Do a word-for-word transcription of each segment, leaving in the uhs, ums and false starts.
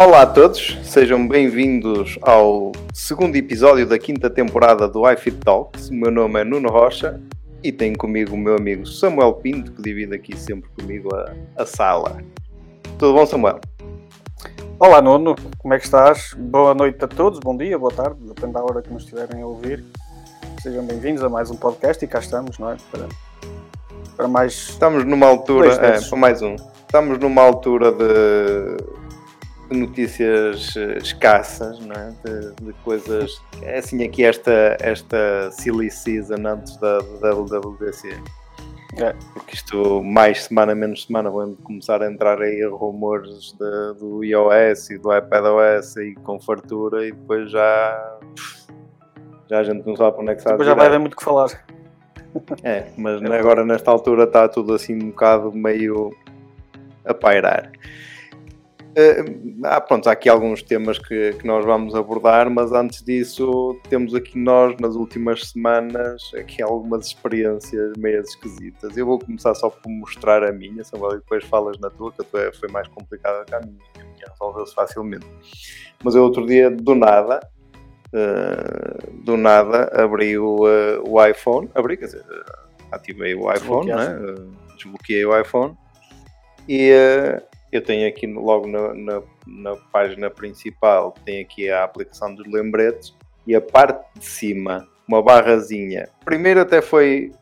Olá a todos, sejam bem-vindos ao segundo episódio da quinta temporada do iFit Talks. O meu nome é Nuno Rocha e tenho comigo o meu amigo Samuel Pinto, que divide aqui sempre comigo a, a sala. Tudo bom, Samuel? Olá, Nuno, como é que estás? Boa noite a todos, bom dia, boa tarde, depende da hora que nos estiverem a ouvir. Sejam bem-vindos a mais um podcast e cá estamos, não é? Para, para mais... Estamos numa altura... É, para mais um. Estamos numa altura de... de notícias escassas, não é? De, de coisas... É assim aqui esta, esta silly season antes da, da W W D C. É. Porque isto, mais semana, menos semana, vão começar a entrar aí rumores de, do iOS e do iPadOS aí com fartura e depois já... Já a gente não sabe para onde é que está. Depois já vai haver muito o que falar. É, mas é agora nesta altura está tudo assim um bocado meio a pairar. Uh, ah, pronto, há aqui alguns temas que, que nós vamos abordar, mas antes disso temos aqui nós nas últimas semanas aqui algumas experiências meio esquisitas. Eu vou começar só por mostrar a minha, Samuel, e depois falas na tua, que a tua foi mais complicada que a minha, a minha resolveu-se facilmente. Mas eu outro dia, do nada, uh, do nada, abri o, uh, o iPhone, abri, quer dizer, ativei o iPhone, né? uh, desbloqueei o iPhone e... Uh, eu tenho aqui logo na, na, na página principal, tem aqui a aplicação dos lembretes e a parte de cima, uma barrazinha. Primeiro até foi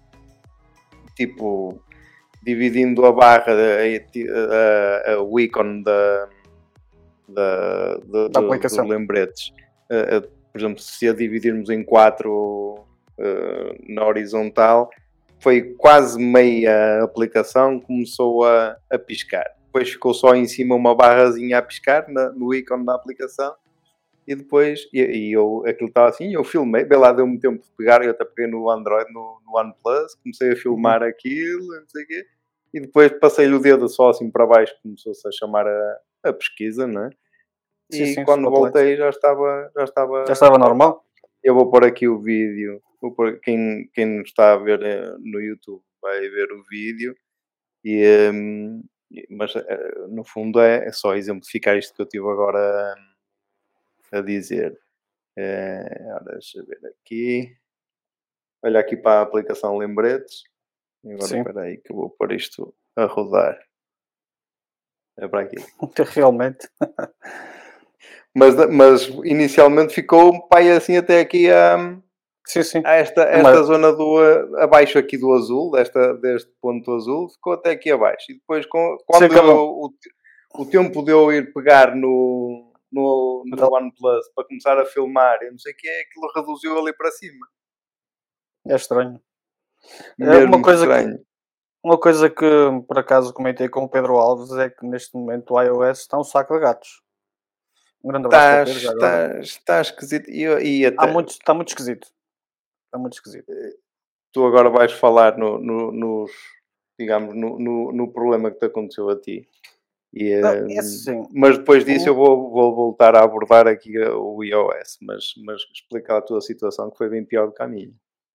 tipo dividindo a barra, a, a, a, o ícone da, da, da, da do, dos lembretes. Uh, uh, por exemplo, se a dividirmos em quatro uh, na horizontal, foi quase meia aplicação, começou a, a piscar. Depois ficou só em cima uma barrazinha a piscar na, no ícone da aplicação e depois, e, e eu, aquilo estava assim, eu filmei, bem lá deu-me tempo de pegar, eu até peguei no Android, no, no OnePlus, comecei a filmar uhum. aquilo, não sei o quê, e depois passei-lhe o dedo só assim para baixo, começou-se a chamar a, a pesquisa, não é? Sim, e sim, quando voltei já estava, já estava... Já estava normal? Eu vou pôr aqui o vídeo, vou pôr, quem, quem nos está a ver no YouTube vai ver o vídeo e... Um, mas no fundo é, é só exemplificar isto que eu estive agora a, a dizer. É, ora, deixa eu ver aqui. Olha aqui para a aplicação Lembretes. E agora Sim. espera aí que eu vou pôr isto a rodar. É para aqui. Realmente. mas, mas inicialmente ficou pai assim até aqui a... Sim, sim. Há esta, esta mas... zona do abaixo aqui do azul, desta, deste ponto azul, ficou até aqui abaixo. E depois, com, quando eu, o, o tempo de eu ir pegar no, no, no então... OnePlus para começar a filmar, eu não sei o que é, aquilo reduziu ali para cima. É estranho. Mesmo é uma coisa estranho. Que, uma coisa que, por acaso, comentei com o Pedro Alves é que neste momento o iOS está um saco de gatos. Um grande abraço para o Pedro. Está, está esquisito. E, e até... Há muito, está muito esquisito. Está muito esquisito. Tu agora vais falar no, no, nos, digamos, no, no, no problema que te aconteceu a ti. E, não, é assim. Mas depois disso eu vou, vou voltar a abordar aqui o iOS. Mas, mas explicar a tua situação que foi bem pior do que a minha.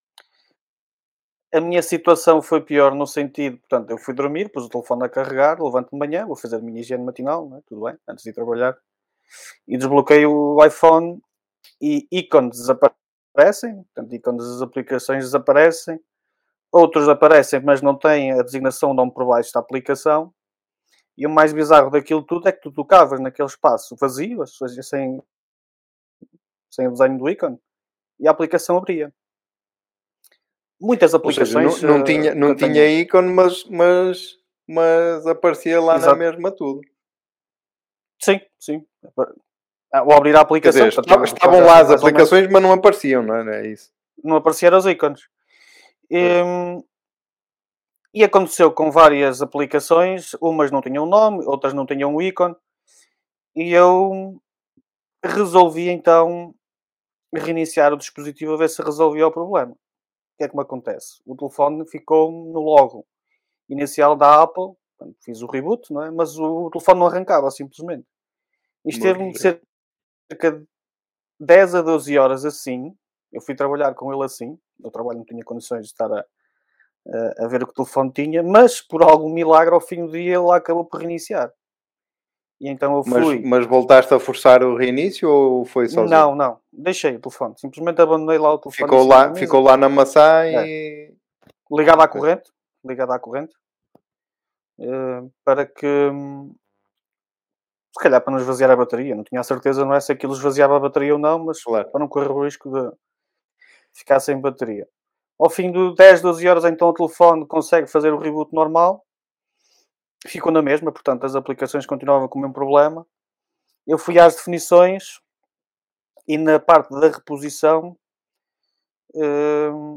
A minha situação foi pior no sentido, portanto, eu fui dormir, pus o telefone a carregar, levanto-me de manhã, vou fazer a minha higiene matinal, né? Tudo bem, antes de ir trabalhar. E desbloqueio o iPhone e ícones desaparecem. Aparecem, portanto, ícones das aplicações desaparecem, outros aparecem, mas não têm a designação de nome por baixo da aplicação, e o mais bizarro daquilo tudo é que tu tocavas naquele espaço vazio, ou seja, sem, sem o desenho do ícone, e a aplicação abria. Muitas aplicações... Ou seja, não, não tinha, não tinha tenho... ícone, mas, mas, mas aparecia lá Exato. Na mesma tudo. Sim, sim. Ao abrir a aplicação... Dizer, portanto, estavam lá as aplicações, mas não apareciam, não é? É isso. Não apareciam os ícones. E, e aconteceu com várias aplicações, umas não tinham nome, outras não tinham ícone, e eu resolvi então reiniciar o dispositivo a ver se resolvia o problema. O que é que me acontece? O telefone ficou no logo inicial da Apple, fiz o reboot, não é? Mas o telefone não arrancava simplesmente. Isto teve-me de ser cerca de dez a doze horas assim. Eu fui trabalhar com ele assim. O trabalho não tinha condições de estar a, a, a ver o que o telefone tinha, mas por algum milagre ao fim do dia ele acabou por reiniciar. E então eu Mas, fui... mas voltaste a forçar o reinício ou foi sozinho? Não, não. Deixei o telefone. Simplesmente abandonei lá o telefone em Ficou cima da lá, mesa. ficou lá na maçã É. e... Ligado à Ok. corrente. Ligado à corrente. eh, para que... hum, Se calhar para não esvaziar a bateria. Não tinha a certeza, não é se aquilo esvaziava a bateria ou não, mas Claro. para não correr o risco de ficar sem bateria. Ao fim de dez, doze horas, então o telefone consegue fazer o reboot normal. Ficou na mesma, portanto as aplicações continuavam com o mesmo problema. Eu fui às definições e na parte da reposição hum,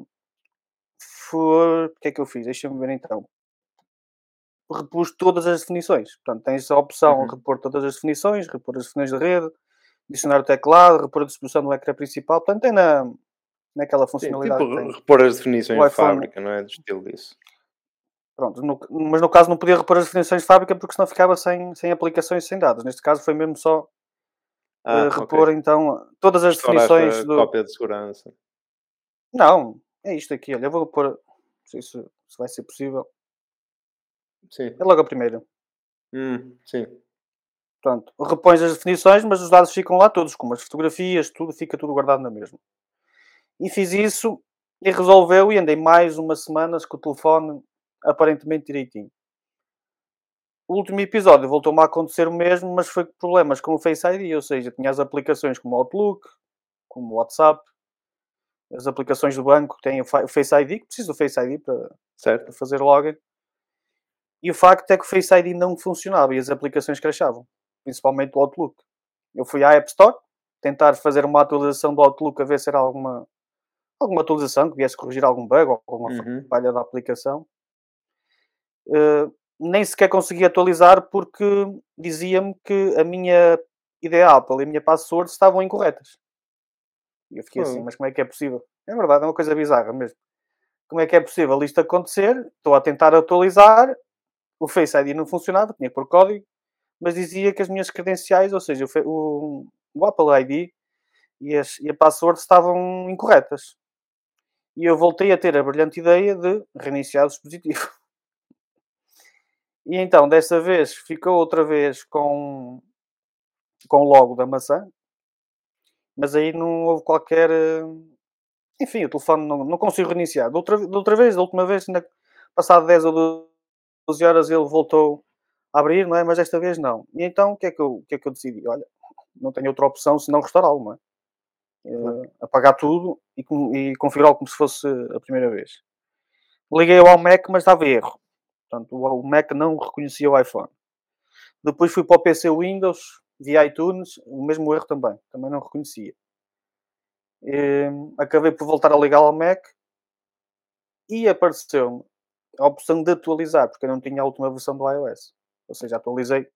foi... O que é que eu fiz? Deixa-me ver então. Repus todas as definições. Portanto, tens a opção de Uhum. repor todas as definições, repor as definições da rede, adicionar o teclado, repor a distribuição do ecrã principal. Portanto, tem na, naquela Sim, funcionalidade tipo que tem repor as o definições de iPhone. fábrica, não é? Do estilo disso. Pronto, no- mas no caso não podia repor as definições de fábrica porque senão ficava sem, sem aplicações e sem dados. Neste caso foi mesmo só eh, Ah, ok. repor então todas as Restauraste definições a do... cópia de segurança. Não, é isto aqui, olha, eu vou pôr... Não sei se, se vai ser possível. Sim. É logo a primeira. Hum, sim. Portanto, repões as definições, mas os dados ficam lá todos, como as fotografias, tudo, fica tudo guardado na mesma. E fiz isso e resolveu e andei mais umas semanas com o telefone aparentemente direitinho. O último episódio voltou-me a acontecer o mesmo, mas foi com problemas com o Face I D, ou seja, tinha as aplicações como o Outlook, como o WhatsApp, as aplicações do banco têm o Face I D, que preciso do Face I D para, Certo? para fazer login. E o facto é que o Face I D não funcionava e as aplicações crashavam, principalmente o Outlook. Eu fui à App Store tentar fazer uma atualização do Outlook a ver se era alguma, alguma atualização que viesse corrigir algum bug ou alguma Uhum. falha da aplicação. Uh, nem sequer consegui atualizar porque dizia-me que a minha I D Apple e a minha password estavam incorretas. E eu fiquei assim, Oh. mas como é que é possível? É verdade, é uma coisa bizarra mesmo. Como é que é possível isto acontecer? Estou a tentar atualizar, o Face I D não funcionava, tinha que pôr código, mas dizia que as minhas credenciais, ou seja, o, o, o Apple I D e, as, e a password estavam incorretas. E eu voltei a ter a brilhante ideia de reiniciar o dispositivo. E então, desta vez, ficou outra vez com, com o logo da maçã, mas aí não houve qualquer... Enfim, o telefone não, não consigo reiniciar. De outra, de outra vez, da última vez, ainda passado dez ou doze horas, ele voltou a abrir, não é? Mas desta vez não. E então, o que é que eu, o que é que eu decidi? Olha, não tenho outra opção senão restaurá-lo, não é? Claro. Uh, apagar tudo e, e configurá-lo como se fosse a primeira vez. Liguei-o ao Mac, mas estava erro. Portanto, o Mac não reconhecia o iPhone. Depois fui para o P C Windows, via iTunes, o mesmo erro também. Também não reconhecia. E, acabei por voltar a ligar ao Mac e apareceu-me a opção de atualizar, porque eu não tinha a última versão do iOS. Ou seja, atualizei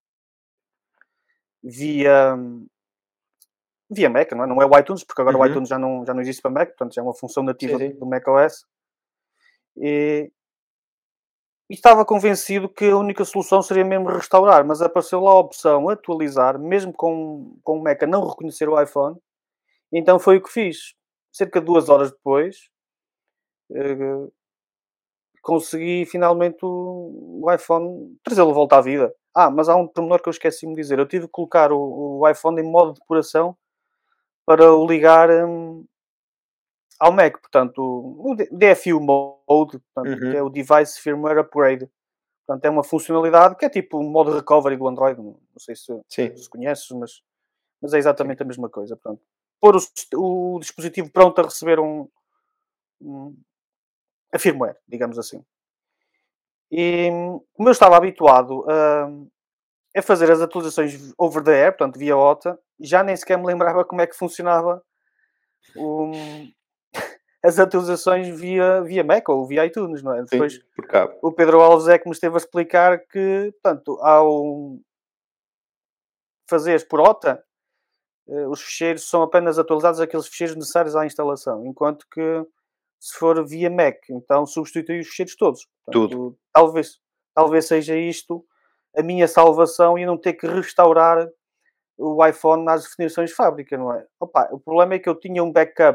via, via Mac, não é? Não é o iTunes, porque agora o Uhum. iTunes já não, já não existe para Mac, portanto já é uma função nativa Sim, sim. do macOS. E, e estava convencido que a única solução seria mesmo restaurar, mas apareceu lá a opção atualizar, mesmo com, com o Mac a não reconhecer o iPhone. Então foi o que fiz. Cerca de duas horas depois, eh, consegui finalmente o, o iPhone trazê-lo de volta à vida. Ah, mas há um pormenor que eu esqueci-me de dizer. Eu tive que colocar o, o iPhone em modo de depuração para o ligar hum, ao Mac. Portanto, o D F U Mode, portanto, que é Uhum. o Device Firmware Upgrade. Portanto, é uma funcionalidade que é tipo o modo recovery do Android. Não sei se, Sim. se conheces, mas, mas é Sim. exatamente a mesma coisa. Portanto, pôr o, o dispositivo pronto a receber um, um, a firmware, digamos assim. E como eu estava habituado a, a fazer as atualizações over the air, portanto via O T A, já nem sequer me lembrava como é que funcionava o, as atualizações via, via Mac ou via iTunes, não é? Depois Sim, por cabo. o Pedro Alves é que me esteve a explicar que, portanto, ao fazeres por O T A, os ficheiros são apenas atualizados aqueles ficheiros necessários à instalação, enquanto que se for via Mac, então substitui os ficheiros todos. Tudo. Portanto, talvez, talvez seja isto a minha salvação e não ter que restaurar o iPhone nas definições de fábrica, não é? Opa, o problema é que eu tinha um backup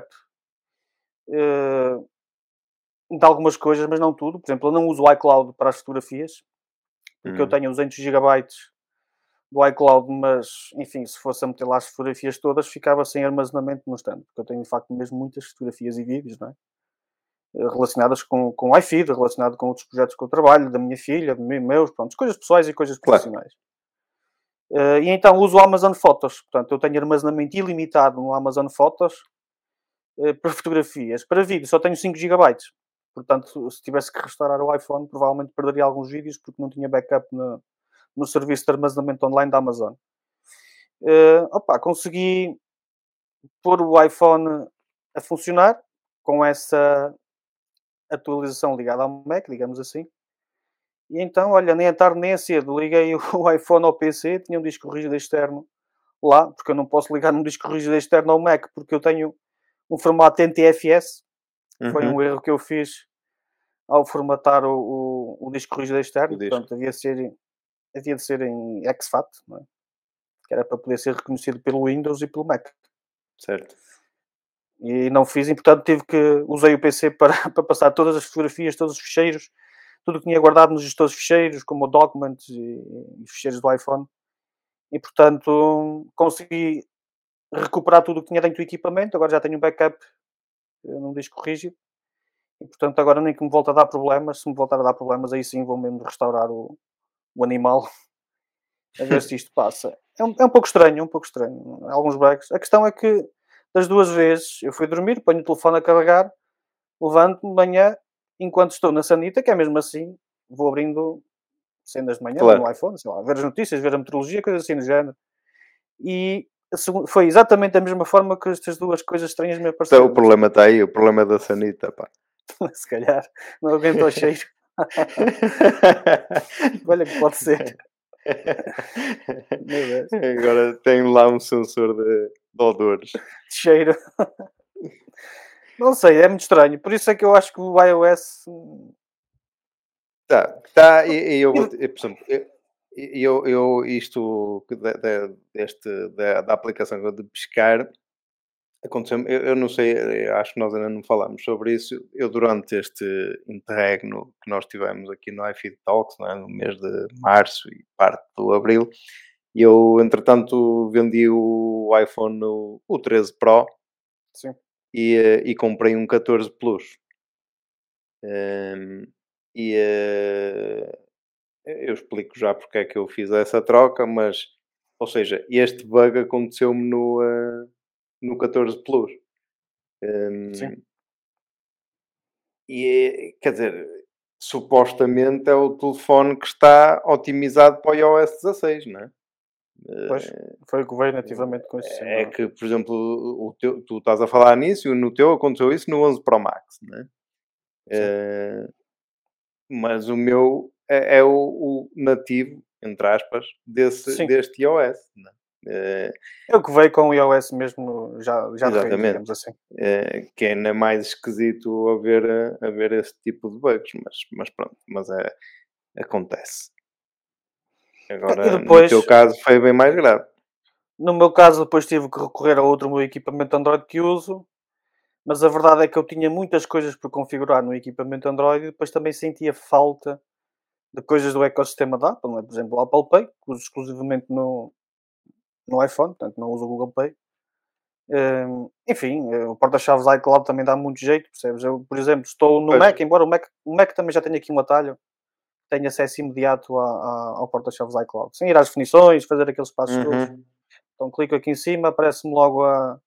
uh, de algumas coisas, mas não tudo. Por exemplo, eu não uso o iCloud para as fotografias, porque eu Hum. tenho duzentos gigabytes do iCloud, mas, enfim, se fosse a meter lá as fotografias todas, ficava sem armazenamento no stand, porque eu tenho, de facto, mesmo muitas fotografias e vídeos, não é? Eh, relacionadas com, com o iFeed, relacionado com outros projetos que eu trabalho, da minha filha, de mim, meus, pronto, coisas pessoais e coisas Claro. profissionais. Uh, e então uso o Amazon Photos, portanto, eu tenho armazenamento ilimitado no Amazon Photos uh, para fotografias. Para vídeo só tenho cinco gigabytes, portanto, se tivesse que restaurar o iPhone, provavelmente perderia alguns vídeos porque não tinha backup no, no serviço de armazenamento online da Amazon. Uh, opa, consegui pôr o iPhone a funcionar com essa atualização ligada ao Mac, digamos assim. E então, olha, nem a tarde nem a cedo, liguei o iPhone ao P C, tinha um disco rígido externo lá, porque eu não posso ligar um disco rígido externo ao Mac, porque eu tenho um formato N T F S. Uhum. Foi um erro que eu fiz ao formatar o, o, o disco rígido externo. Disco. Portanto, havia de ser, havia de ser em exFAT, não é? Que era para poder ser reconhecido pelo Windows e pelo Mac. Certo. E não fiz, e portanto tive que, usei o P C para, para passar todas as fotografias, todos os ficheiros, tudo o que tinha guardado nos gestores de ficheiros, como o Documents e, e ficheiros do iPhone. E portanto consegui recuperar tudo o que tinha dentro do equipamento. Agora já tenho um backup num disco rígido. E portanto agora nem que me volta a dar problemas. Se me voltar a dar problemas, aí sim vou mesmo restaurar o, o animal. A ver se isto passa. É um, é um pouco estranho, é um pouco estranho. Alguns bugs. A questão é que das duas vezes eu fui dormir, ponho o telefone a carregar, levanto-me de manhã, enquanto estou na sanita, que é mesmo assim, vou abrindo cenas de manhã Claro. no iPhone, sei lá, ver as notícias, ver a meteorologia, coisas assim do género. E foi exatamente da mesma forma que estas duas coisas estranhas me apareceram. Então, o problema está aí, o problema é da sanita, pá. Se calhar, não aguento o cheiro. Olha que pode ser. Meu Deus. Agora tenho lá um sensor de, de odores. De cheiro. Não sei, é muito estranho. Por isso é que eu acho que o iOS... Tá, tá, e, e eu vou... E, por exemplo, eu, eu, eu isto de, de, deste, da, da aplicação de pescar... Aconteceu, eu, eu não sei, eu acho que nós ainda não falámos sobre isso. Eu, durante este interregno que nós tivemos aqui no iFeed Talks, não é? No mês de março e parte do abril, eu, entretanto, vendi o iPhone, o, o treze Pro. Sim. E, e comprei um catorze Plus. Um, e uh, eu explico já porque é que eu fiz essa troca, mas, ou seja, este bug aconteceu-me no... Uh, no catorze Plus. Um, Sim. E, quer dizer, supostamente é o telefone que está otimizado para o iOS dezasseis, não é? Pois, foi o que veio nativamente com isso. É que, por exemplo, o teu, tu estás a falar nisso e no teu aconteceu isso no onze Pro Max, não é? É, mas o meu é, é o, o nativo, entre aspas, desse, deste iOS, não é? É, é o que veio com o iOS mesmo já, já de raiz, digamos assim. É, que ainda é mais esquisito a ver, a ver esse tipo de bugs, mas, mas pronto, mas é, acontece. Agora, e depois, no teu caso, foi bem mais grave. No meu caso, depois tive que recorrer a outro meu equipamento Android que uso, mas a verdade é que eu tinha muitas coisas por configurar no equipamento Android e depois também sentia falta de coisas do ecossistema da Apple, não é? Por exemplo, o Apple Pay, que uso exclusivamente no, no iPhone, portanto não uso o Google Pay. Um, enfim, o porta-chaves iCloud também dá muito jeito, percebes? Eu, por exemplo, estou no pois. Mac, embora o Mac, o Mac também já tenha aqui um atalho, tenho acesso imediato a, a, ao porta-chaves iCloud, sem ir às definições, fazer aqueles passos uhum. todos. Então clico aqui em cima, aparece-me logo a...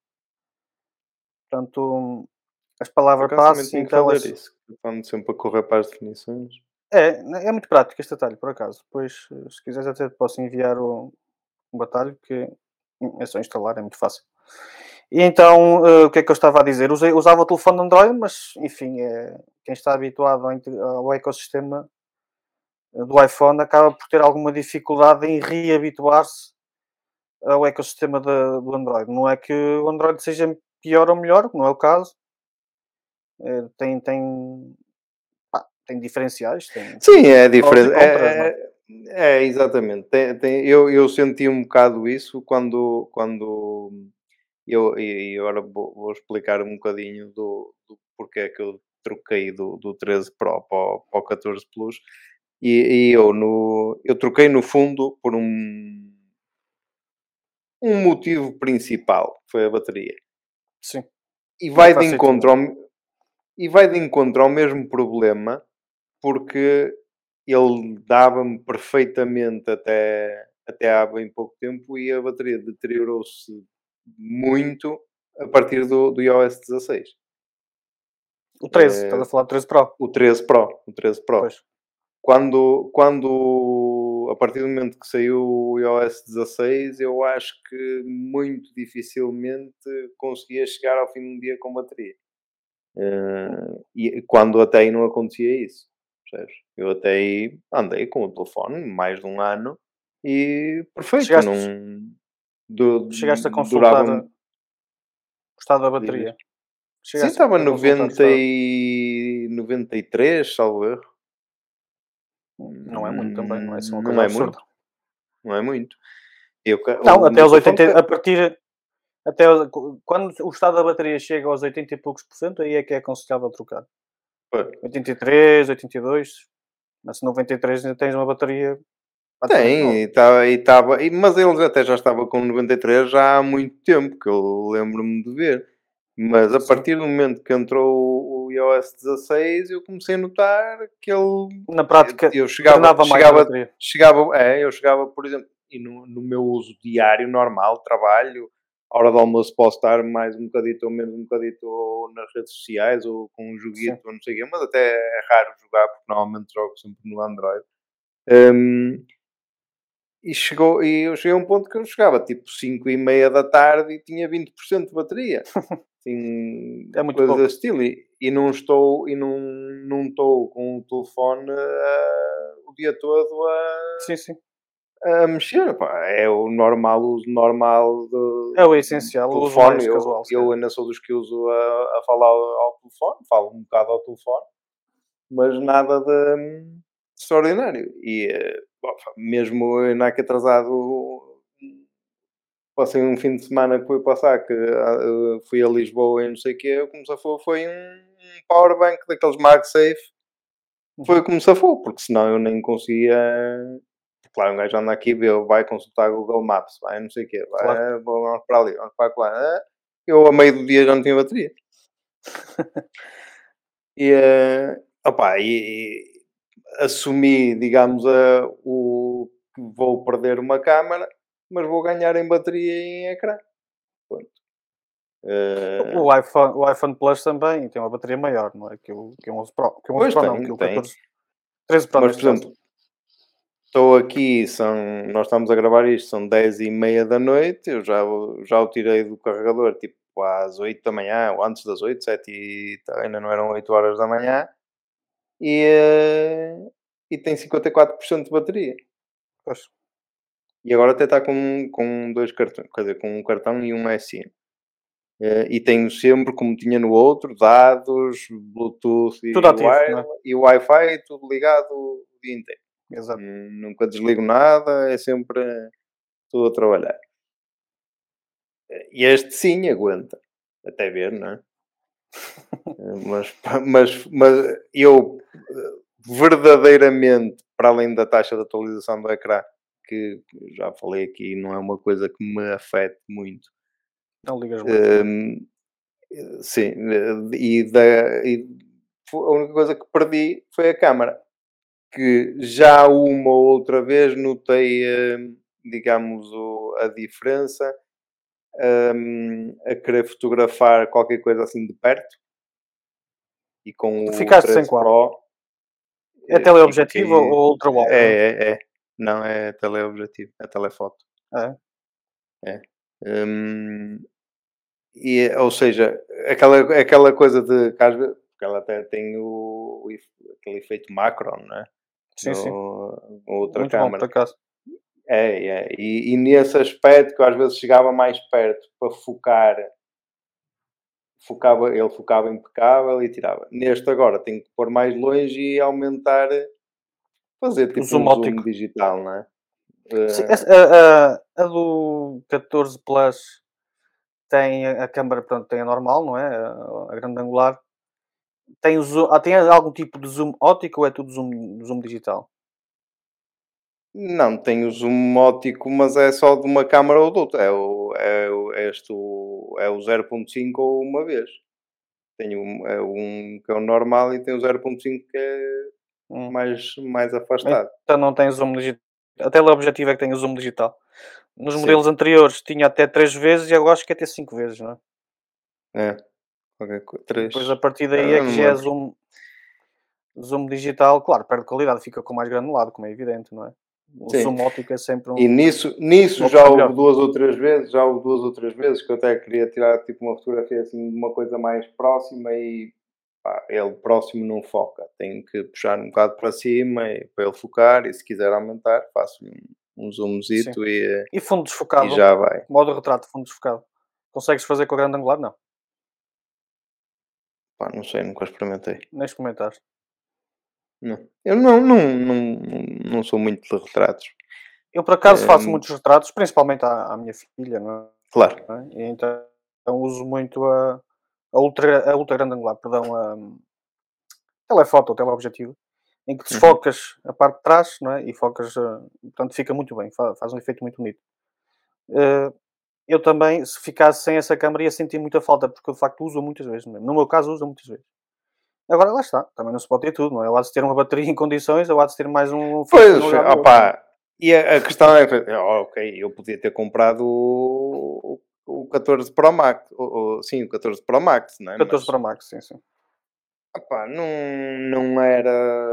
Portanto, as palavras passe, então... As... isso. Estou sempre a correr para as definições. É, é muito prático este atalho, por acaso. Depois, se quiseres até posso enviar o, um atalho, que é só instalar, é muito fácil. E então, uh, o que é que eu estava a dizer? Usei, usava o telefone Android, mas, enfim, é, quem está habituado ao, ao ecossistema do iPhone acaba por ter alguma dificuldade em reabituar-se ao ecossistema de, do Android. Não é que o Android seja pior ou melhor, não é o caso. É, tem, tem, pá, tem diferenciais. Tem, Sim, é diferente. É, é, é, exatamente. Tem, tem, eu, eu senti um bocado isso quando... quando... Eu, e agora vou, vou explicar um bocadinho do, do porquê é que eu troquei do, do treze Pro para o, para o catorze Plus. E, e eu, no, eu troquei no fundo por um, um motivo principal, foi a bateria. Sim. E vai de Faz encontro sentido. ao, e vai de encontro ao mesmo problema, porque ele dava-me perfeitamente até, até há bem pouco tempo e a bateria deteriorou-se muito a partir do, do iOS dezasseis. O treze, estás Eh, a falar do treze Pro. o treze Pro, o treze Pro. Pois. Quando, quando, a partir do momento que saiu o iOS dezasseis, eu acho que muito dificilmente conseguia chegar ao fim do dia com bateria. Uh, e quando até aí não acontecia isso, percebes? Eu até aí andei com o telefone mais de um ano e perfeito, não Chegaste, du- chegaste a consultar durava-me. o estado da Diz, diz. bateria. Sim, Chegaste estava a consultar o noventa estado. e noventa e três, salvo erro. Não é muito também, não é assim uma Hum, Não coisa é absurda. muito, não é muito. Eu, ca- Não, o até meu aos telefone, oitenta, ca- a partir, até aos- quando o estado da bateria chega aos oitenta e poucos por cento, aí é que é aconselhável trocar. oitenta e três, oitenta e dois, mas se noventa e três ainda tens uma bateria praticamente tem, nova. e tá- e estava, e- mas eles até já estava com noventa e três já há muito tempo, que eu lembro-me de ver. Mas a Sim. partir do momento que entrou o iOS dezasseis, eu comecei a notar que ele. Na prática, Eu chegava, drenava mais a chegava, bateria. chegava, é, eu chegava, por exemplo, e no, no meu uso diário, normal, trabalho, à hora do almoço posso estar mais um bocadito ou menos um bocadito ou nas redes sociais ou com um Sim. joguito ou não sei o quê, mas até é raro jogar porque normalmente jogo sempre no Android. Hum, e, chegou, e eu cheguei a um ponto que eu chegava tipo cinco e meia da tarde e tinha vinte por cento de bateria. Assim, É muito coisas pouco. desse estilo. E, e não estou, e não, não estou com o telefone ah, o dia todo Sim, sim. a, a mexer. Pá. É o normal, o uso normal É o do, essencial, o uso telefone. mais Eu, casual, se eu calhar. ainda sou dos que uso a, a falar ao, ao telefone, falo um bocado ao telefone, mas nada de extraordinário. E eh, bom, mesmo eu ainda que atrasado, passei um fim de semana que fui passar, que ah, fui a Lisboa e não sei o quê, o que me safou foi um, um powerbank daqueles MagSafe. Foi Uhum. o que me safou, porque senão eu nem conseguia. Claro, um gajo anda aqui, vê, vai consultar Google Maps, vai não sei o quê, Claro. vai, vamos para ali, vamos para lá. Ah, eu, a meio do dia, já não tinha bateria. E, eh, opá, e, e assumi, digamos, a, o que vou perder uma câmara, mas vou ganhar em bateria e em ecrã. Pronto. Eh, O iPhone, o iPhone Plus também tem uma bateria maior, não é? Que o, que o onze Pro. Que o onze pois Pro não, que tem, o tem. catorze. treze Pro Mas, por neste caso. exemplo, estou aqui, são, nós estamos a gravar isto, são dez e meia da noite, eu já, o- já o tirei do carregador, tipo, às oito da manhã, ou antes das oito, sete e tal, ainda não eram oito horas da manhã, e, eh, e tem cinquenta e quatro por cento de bateria. Pois. E agora até está com, com dois cartões, quer dizer, com um cartão e um S I M. Eh, e tenho sempre, como tinha no outro, dados, Bluetooth Tudo e, ativo, não wire, é? e Wi-Fi, tudo ligado o dia inteiro. Exato. Hum, Nunca desligo nada, é sempre tudo a trabalhar. E este sim aguenta, até ver, não é? Eh, Mas, mas, mas eu eh, verdadeiramente, para além da taxa de atualização do ecrã, que já falei aqui, não é uma coisa que me afete muito. Não ligas muito, não é? Hum, sim, eh, e, da, e fo- a única coisa que perdi foi a câmara, que já uma ou outra vez notei, eh, digamos, o- a diferença, hum, a querer fotografar qualquer coisa assim de perto e com o Ficaste sem treze qual? Pro É eh, teleobjetivo fiquei. ou ultra wide, É, não é? é, é. Não é teleobjetivo, é telefoto. É. É. Hum, e, ou seja, aquela, aquela coisa de que às vezes, porque ela até tem o, o efe- aquele efeito macro, não é? Sim, sim. No, com outra Muito bom, por câmara. acaso. É, é. E, e nesse aspecto que eu às vezes chegava mais perto para focar, focava, ele focava impecável e tirava. Neste agora tenho que pôr mais longe e aumentar, fazer O tipo zoom um zoom óptico. digital, não é? Sim, Eh, essa- a, a, a do catorze Plus tem a a câmara, pronto, tem a normal, não é? A, a grande angular. Tem, o zoom, ah, tem algum tipo de zoom óptico ou é tudo zoom, zoom digital? Não, tem o zoom óptico, mas é só de uma câmara ou de outra. É o, é o, é este, o, é o zero ponto cinco ou uma vez. Tem um, é um que é o normal e tem o zero ponto cinco que é Hum. mais, mais afastado. Então não tem zoom digital. A teleobjetiva é que tem o zoom digital. Nos Sim, modelos anteriores tinha até três vezes e agora acho que é até cinco vezes, não é? é. Qualquer coisa. Depois a Três. partir daí Eu é que não me já é lembro. zoom, zoom digital. Claro, perde qualidade, fica com mais granulado, como é evidente, não é? O Sim. zoom óptico é sempre E um, nisso, nisso uma já opção houve melhor. duas ou três vezes, já houve duas ou três vezes que eu até queria tirar tipo uma fotografia assim de uma coisa mais próxima e pá, ele próximo não foca. Tenho que puxar um bocado para cima e, para ele focar e se quiser aumentar faço um, um Sim. zoomzito e, E fundo e desfocado, já vai. modo retrato, fundo desfocado. Consegues fazer com a grande angular? Não, Pá, não sei, nunca experimentei. nem experimentaste. Não. Eu não, não, não, não sou muito de retratos. Eu por acaso faço Hum, muitos retratos, principalmente à, à minha filha, não claro. é? E então, então uso muito a, a, ultra, a ultra grande angular, perdão, a telefoto, o teleobjetivo, em que Uhum. desfocas a parte de trás, não é? E focas, eh, portanto fica muito bem, fa- faz um efeito muito bonito. Eh, eu também, se ficasse sem essa câmera, ia sentir muita falta, porque eu de facto uso muitas vezes. Mesmo. No meu caso, uso muitas vezes. Agora, lá está, também não se pode ter tudo, não é? Eu há de ter uma bateria em condições, eu há de ter mais um filtro Pois, no lugar do outro, não é? opá, e a, a questão é, oh, ok, eu podia ter comprado o, o catorze Pro Max, o, o- sim, o catorze Pro Max, não é? catorze Mas, para Max, sim, sim. opá, não, não era,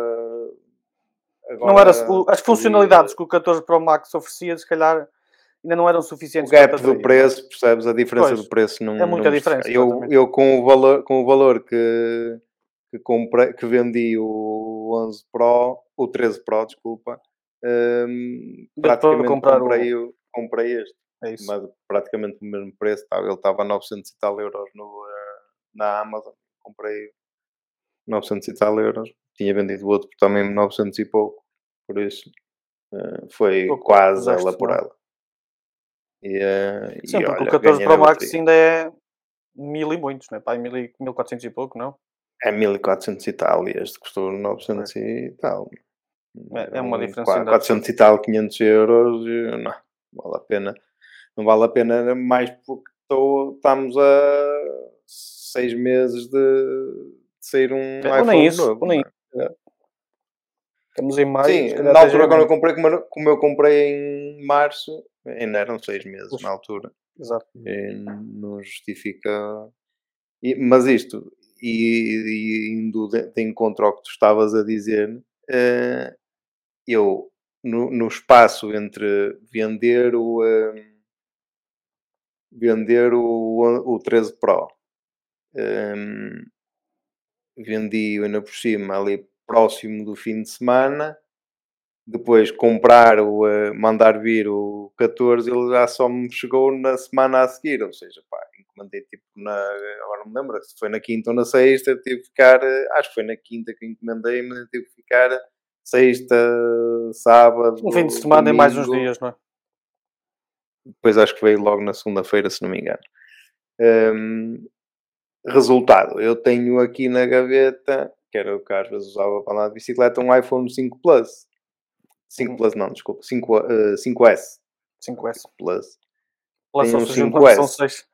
Não era, agora o- as funcionalidades podia, que o catorze Pro Max oferecia, se calhar, ainda não eram o suficientes para te gap do atrair, não é? preço, percebes? A diferença do Pois, preço não, é não muita me justifica. diferença, Eu, exatamente. eu com o valor, com o valor que, que, comprei, que vendi o onze Pro, o treze Pro, desculpa, hum, Deu para praticamente comprar comprei, o. o- comprei este. É isso. Mas praticamente o mesmo preço, tá? Ele estava a novecentos e tal euros no, eh, na Amazon. Comprei novecentos e tal euros. Tinha vendido o outro por também novecentos e pouco. Por isso, eh, foi Pouco quase ela usaste, por não é? ela. E, eh, Sim, e porque o olha, catorze ganhei Pro na Max loteria. ainda é mil e muitos, não é? Pá, mil, e- mil e quatrocentos e pouco, não? É mil e quatrocentos e tal, e este custou Pois. novecentos e tal. É, é uma Eram diferença qua- ainda quatrocentos absurda. e tal, quinhentos euros. E, não, vale a pena. Não vale a pena mais porque estou, estamos a seis meses de, de sair um Ou nem iPhone isso, novo, ou não nem é? isso. se calhar. Estamos em maio, se Sim, calhar na até já é altura quando eu menos. comprei, como eu, como eu comprei em março, ainda eram seis meses Pois, na altura. exato. E não justifica. E- mas isto, e, e indo de, de encontro ao que tu estavas a dizer, eh, eu, no, no espaço entre vender o, eh, vender o, o treze Pro, eh, vendi ainda por cima ali próximo do fim de semana, depois comprar o, eh, mandar vir o catorze, ele já só me chegou na semana a seguir, ou seja, pá, encomendei tipo na, agora não me lembro se foi na quinta ou na sexta, eu tive que ficar, eh, acho que foi na quinta que encomendei, mas eu tive que ficar sexta, Um fim de sábado, semana e mais uns domingo, dias, não é? depois acho que veio logo na segunda-feira, se não me engano. Hum, resultado, eu tenho aqui na gaveta, que era o que às vezes usava para andar de bicicleta, um iPhone cinco Plus. cinco Uhum. Plus não, desculpa, cinco, eh, cinco S. Não, cinco S. cinco Plus. Lá Tenho só um surgiu uma versão cinco S. seis.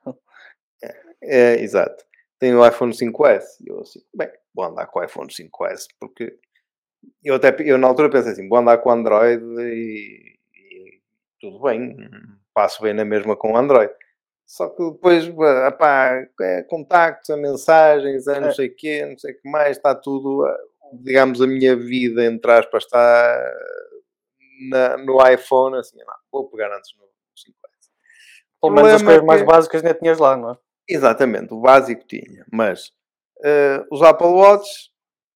É, exato. Tenho o iPhone cinco S. E eu assim, bem, vou andar com o iPhone cinco S, porque eu até eu na altura pensei assim, vou andar com o Android e, e tudo bem, passo bem na mesma com o Android. Só que depois, epá, é contactos, é mensagens, é não É, sei o quê, não sei o que mais, está tudo, eh, digamos, a minha vida, entre aspas, está na, no iPhone, assim, não, vou pegar antes no cinco S. O pelo menos as problema é coisas mais que, básicas nem tinhas lá, não é? exatamente, o básico tinha, mas eh, os Apple Watch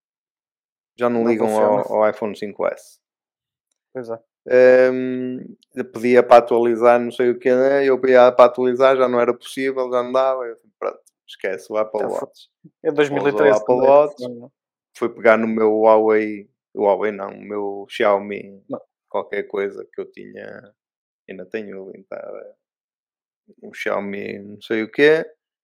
já não Não ligam funciona. ao, ao iPhone cinco S. Pois é. Um, pedia para atualizar, não sei o que, né? Eu pedia para atualizar, já não era possível, já não dava. Eu, pronto, esquece o Apple Já foi. Watch. É Vou usar o dois mil e treze Apple quando é Watch, telefone, não é? fui pegar no meu Huawei, o Huawei não, o meu Xiaomi, Não. qualquer coisa que eu tinha, ainda tenho alimentado, um Xiaomi, não sei o que.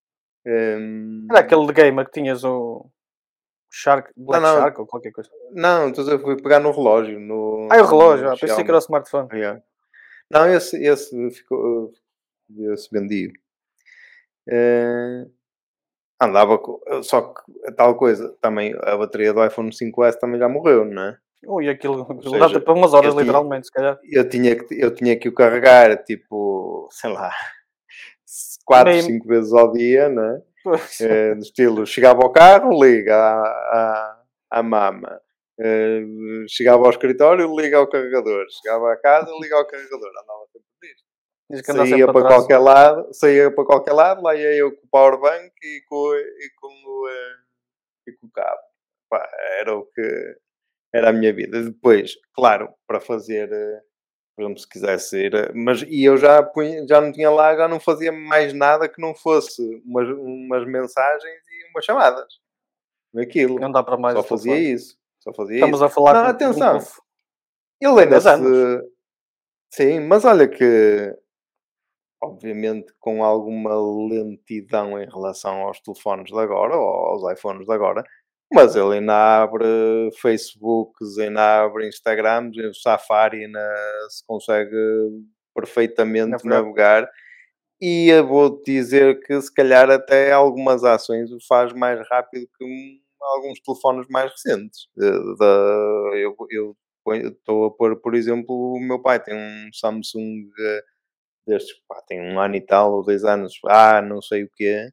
Era Um, aquele de gamer que tinhas o Shark, não, Black não, Shark ou qualquer coisa. não, então eu fui pegar no relógio, no, Ah, o relógio, ah, pensei Xiaomi. que era o smartphone. Yeah. Não, esse, esse ficou. Esse vendi. Eh, andava com. Só que a tal coisa, também a bateria do iPhone cinco S também já morreu, não é? Ui, aquilo, Ou aquilo dá-te seja, para umas horas, eu tinha, literalmente, se calhar. eu tinha, que, eu tinha que o carregar tipo, sei lá, quatro Meio... cinco vezes ao dia, não é? Pois. Eh, do estilo, chegava ao carro, liga à, à, à mama. Eh, chegava ao escritório, liga ao carregador. Chegava à casa, liga ao carregador. Andava sempre nisto. Diz que andar Saía sempre para atrás. qualquer lado, saía para qualquer lado, lá ia eu com o powerbank e com, e com, o, eh, e com o cabo. Pá, era o que era a minha vida. Depois, claro, para fazer, eh, por exemplo, se quisesse ir, eh, mas e eu já, punha, já não tinha lá, já não fazia mais nada que não fosse umas, umas mensagens e umas chamadas naquilo. Não dá para mais Só os fazia telefones. isso. Só fazia Estamos isso. a falar Não, com de um atenção. telefone. Ele Tem ainda dez se. anos. Sim, mas olha que obviamente com alguma lentidão em relação aos telefones de agora, ou aos iPhones de agora, mas ele ainda abre Facebooks, ainda abre Instagrams, o Safari ainda se consegue perfeitamente Navegar. navegar. E eu vou-te dizer que se calhar até algumas ações o faz mais rápido que um- alguns telefones mais recentes. Eh, da- eu eu ponho- estou a pôr, por exemplo, o meu pai tem um Samsung eh, destes, pá, tem um ano e tal, ou dois anos, ah, não sei o quê,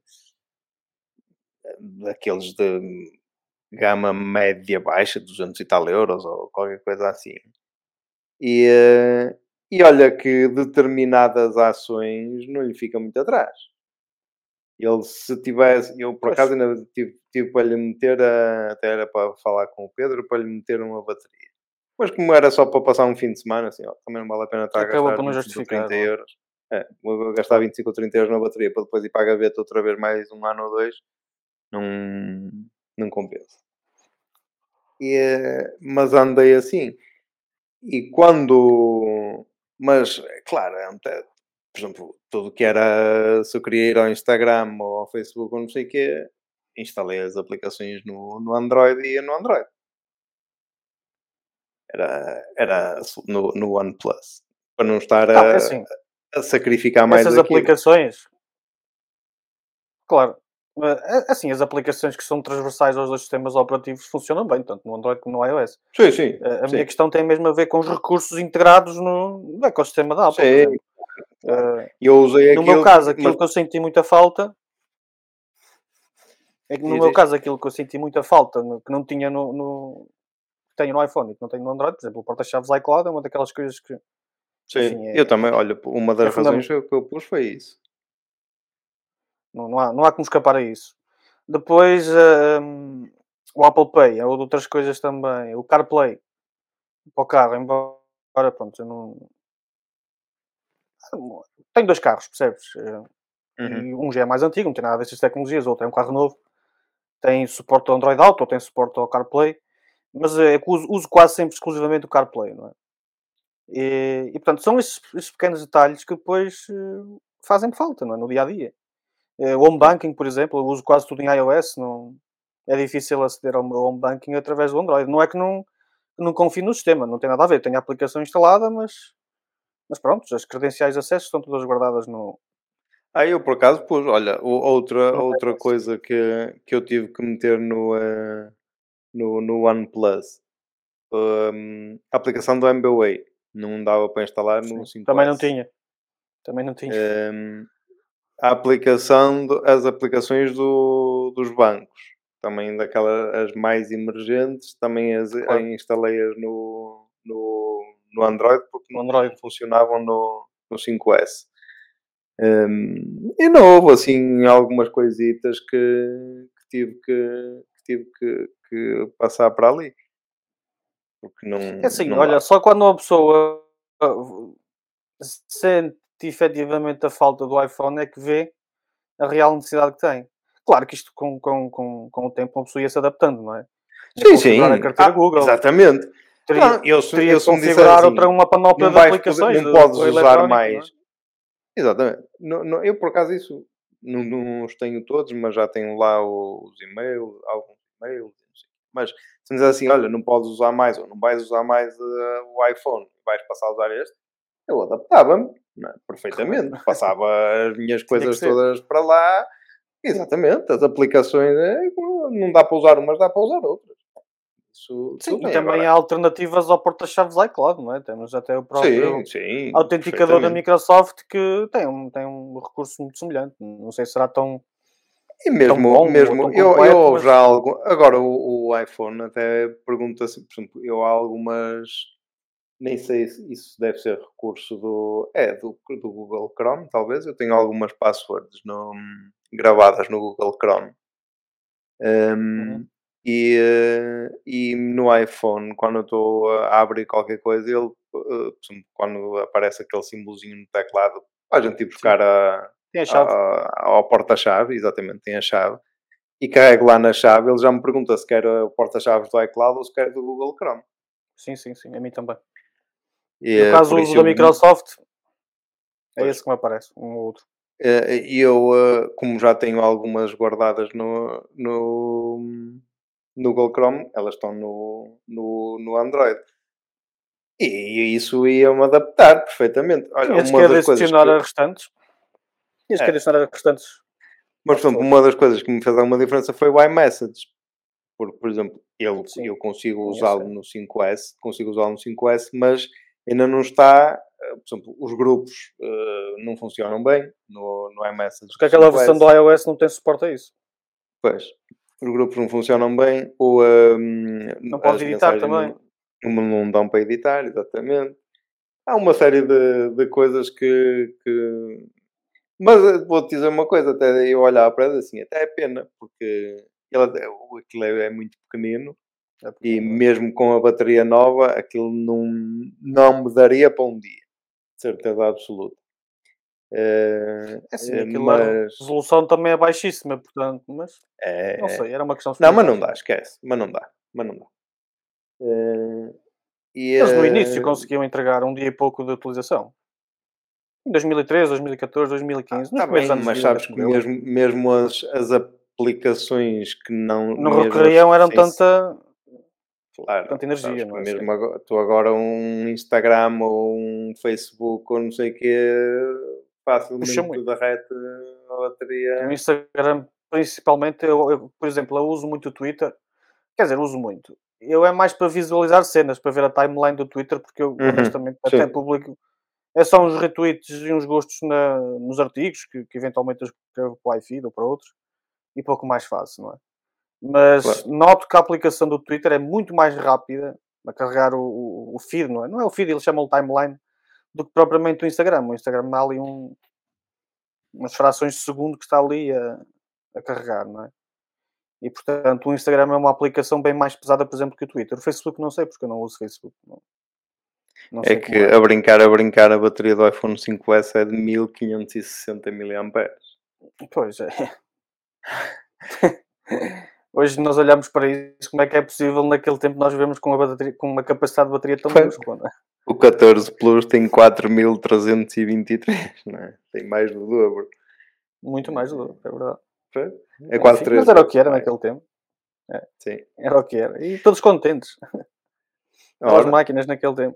daqueles de gama média baixa, duzentos e tal euros, ou qualquer coisa assim. E, eh, e olha que determinadas ações não lhe ficam muito atrás. Ele, se tivesse, eu por Pois. acaso ainda tive, tive para lhe meter, a, até era para falar com o Pedro, para lhe meter uma bateria. Mas como era só para passar um fim de semana, assim, ó, também não vale a pena estar a Acabou gastar por não vinte e cinco ou justificar, trinta não é? euros. É, vou gastar Claro. vinte e cinco ou trinta euros na bateria para depois ir para a gaveta outra vez mais um ano ou dois. Não, não compensa. E, eh, mas andei assim. E quando. Mas, claro, é um te- por exemplo, tudo que era. Se eu queria ir ao Instagram ou ao Facebook ou não sei o quê, instalei as aplicações no, no Android e ia no Android. Era, era no, no OnePlus. Para não estar Não, é a, assim. a sacrificar mais Essas aquilo. aplicações, claro. eh, é Assim, as aplicações que são transversais aos dois sistemas operativos funcionam bem, tanto no Android como no iOS. Sim, sim, Eh, A minha sim. questão tem mesmo a ver com os recursos integrados no, no ecossistema da Apple, por Sim, exemplo. claro. Eh, E eu usei No meu aquilo, caso, mas aquilo que eu senti muita falta é que no diz, meu diz. caso, aquilo que eu senti muita falta, no- que não tinha no, no- que tenho no iPhone e que não tenho no Android, por exemplo, o porta-chaves iCloud é uma daquelas coisas que, Sim, enfim, eu é, também, olha, uma é das razões fundamental. que eu que eu pus foi isso. Não, não há, não há como escapar a isso. Depois, eh, hum, o Apple Pay, ou de outras coisas também, o CarPlay para o carro, embora, pronto, eu não. Tenho dois carros, percebes? Eh, Uhum. E um já é mais antigo, não tem nada dessas tecnologias, o outro é um carro novo, tem suporte ao Android Auto, tem suporte ao CarPlay, mas eh, eu uso, uso quase sempre exclusivamente o CarPlay, não é? E, e portanto, são esses, esses pequenos detalhes que depois eh, fazem falta, não é? No dia a dia. Eh, O home Sim. banking, por exemplo, eu uso quase tudo em iOS, não, é difícil aceder ao meu home banking através do Android. Não é que não, não confio no sistema, não tem nada a ver. Tenho a aplicação instalada, mas, mas pronto, as credenciais de acesso estão todas guardadas no, Ah, eu por acaso pus, olha, o- outra, no outra iOS. coisa que, que eu tive que meter no, eh, no, no OnePlus, hum, a aplicação do M B W A não dava para instalar no Sim. Também não cinco S. tinha. Também não tinha. Hum, a aplicação, do- as aplicações do, dos bancos, também daquelas as mais emergentes, também as Claro, instalei-as no, no, no Android porque o não, Android. não funcionavam no, no cinco S. Hum, e não houve assim algumas coisitas que, que tive que, que tive que, que passar para ali, porque não, É assim, não olha, dava. só quando uma pessoa uh, sente efetivamente a falta do iPhone é que vê a real necessidade que tem. Claro que isto com, com, com, com o tempo uma pessoa ia se adaptando, não é? Ia Sim, configurar a sim, carteira ah, Google, exatamente. teria, Não, eu, se, teria eu de se me disser configurar outra assim, uma panóplia não de vais poder, aplicações não de podes correio usar eletrónico, não é? mais. Exatamente. Não, não, eu por acaso isso não, não os tenho todos, mas já tenho lá os e-mails, alguns e-mails, não sei. Mas se Se me diz assim, olha, não podes usar mais ou não vais usar mais uh, o iPhone, vais passar a usar este, eu adaptava-me, não é? Perfeitamente. Claro. Passava as minhas Tinha que coisas ser. todas para lá. Exatamente. As aplicações, é, não dá para usar umas, dá para usar outras. Isso Sim, tudo e bem. também Agora, há alternativas ao porta-chaves iCloud, não é? Temos até o sim, próprio sim, autenticador da perfeitamente. Microsoft que tem um, tem um recurso muito semelhante. Não sei se será tão, E tão mesmo, bom ou mesmo tão eu, completo, eu mas já algo, agora o, o iPhone até pergunta-se, por exemplo, eu há algumas, nem sei se isso deve ser recurso do, é, do, do Google Chrome, talvez, eu tenho algumas passwords no, gravadas no Google Chrome. uhum, Um, e, eh, e no iPhone, quando eu estou a abrir qualquer coisa, ele, eh, por exemplo, quando aparece aquele símbolozinho no teclado, a gente ir sim, buscar a, tem a chave. a- ao porta-chave, exatamente, tem a chave, e carrego lá na chave, ele já me pergunta se quer o porta-chaves do iCloud ou se quer do Google Chrome. Sim, sim, sim, a mim também. E, No eh, caso, por o uso isso da eu, Microsoft é pois, esse que me aparece, um ou outro. eh, e eu, eh, como já tenho algumas guardadas no, no, no Google Chrome, elas estão no, no, no Android. E isso ia-me adaptar perfeitamente. Olha, Tinhas que uma das coisas adicionar que. a restantes. Tinhas que É, adicionar as restantes mas, por exemplo, passwords. uma das coisas que me fez alguma diferença foi o iMessage. Porque, por exemplo, eu, Sim, eu consigo sim, eu usá-lo sei. no cinco S, consigo usá-lo no cinco S, mas ainda não está. eh, Por exemplo, os grupos eh, não funcionam bem no, no iMessage Porque do aquela versão do cinco S. iOS não tem suporte a isso. Pois, os grupos não funcionam bem, ou hum, Não podes as editar mensagens também. não, não, não dão para editar, exatamente. Há uma série de, de coisas que, que Mas eh, vou-te dizer uma coisa, até eu olhar para ele assim, até é pena, porque ele, até- o- aquilo é, é muito pequenino É e pequeno, não é? mesmo com a bateria nova, aquilo não, não me daria para um dia, de certeza absoluta. Eh, É assim, eh, aquilo, a mas resolução também é baixíssima, portanto, mas não é, é. sei, era uma questão de Não, mas não experimentares. dá, esquece, mas não dá, mas não dá. Eh, e Eles no início eh, conseguiam entregar um dia e pouco de utilização. Em dois mil e treze, dois mil e catorze, ah, dois mil e quinze, nos tá primeiros bem, anos de mas vida sabes desse que modelo. mesmo, mesmo as, as aplicações que não, Não mesmo as requeriam eram sem. tanta, Claro, tanta sabes energia, que não é? Sim. mesmo agora, tu agora um Instagram ou um Facebook ou não sei o quê Puxa facilmente muito. derrete a O bateria. Instagram, principalmente, eu, eu, por exemplo, eu uso muito o Twitter. Quer dizer, uso muito. Eu é mais para visualizar cenas, para ver a timeline do Twitter, porque eu, Uhum, honestamente, até sim, publico. É só uns retweets e uns gostos na, nos artigos, que, que eventualmente eu escrevo para o iFeed ou para outros, e pouco mais faço, não é? Mas claro. noto que a aplicação do Twitter é muito mais rápida a carregar o, o, o feed, não é? Não é o feed, eles chamam de timeline, do que propriamente o Instagram. O Instagram há ali um, umas frações de segundo que está ali a, a carregar, não é? E portanto o Instagram é uma aplicação bem mais pesada, por exemplo, que o Twitter. O Facebook não sei, porque eu não uso Facebook. Não, não É sei que como é. a brincar, a brincar, a bateria do iPhone cinco S é de mil quinhentos e sessenta miliamperes. Pois é. Hoje nós olhamos para isso, como é que é possível naquele tempo nós vivemos com, a bateria, com uma capacidade de bateria tão Pois, minúscula, não é? o catorze Plus tem quatro mil trezentos e vinte e três, não é? Tem mais do dobro. Muito mais do dobro, é verdade. Pois, é quase Enfim, três mas era o vezes que era mais. naquele tempo. É, Sim. era o que era. E todos contentes. Aquelas Ora, máquinas naquele tempo.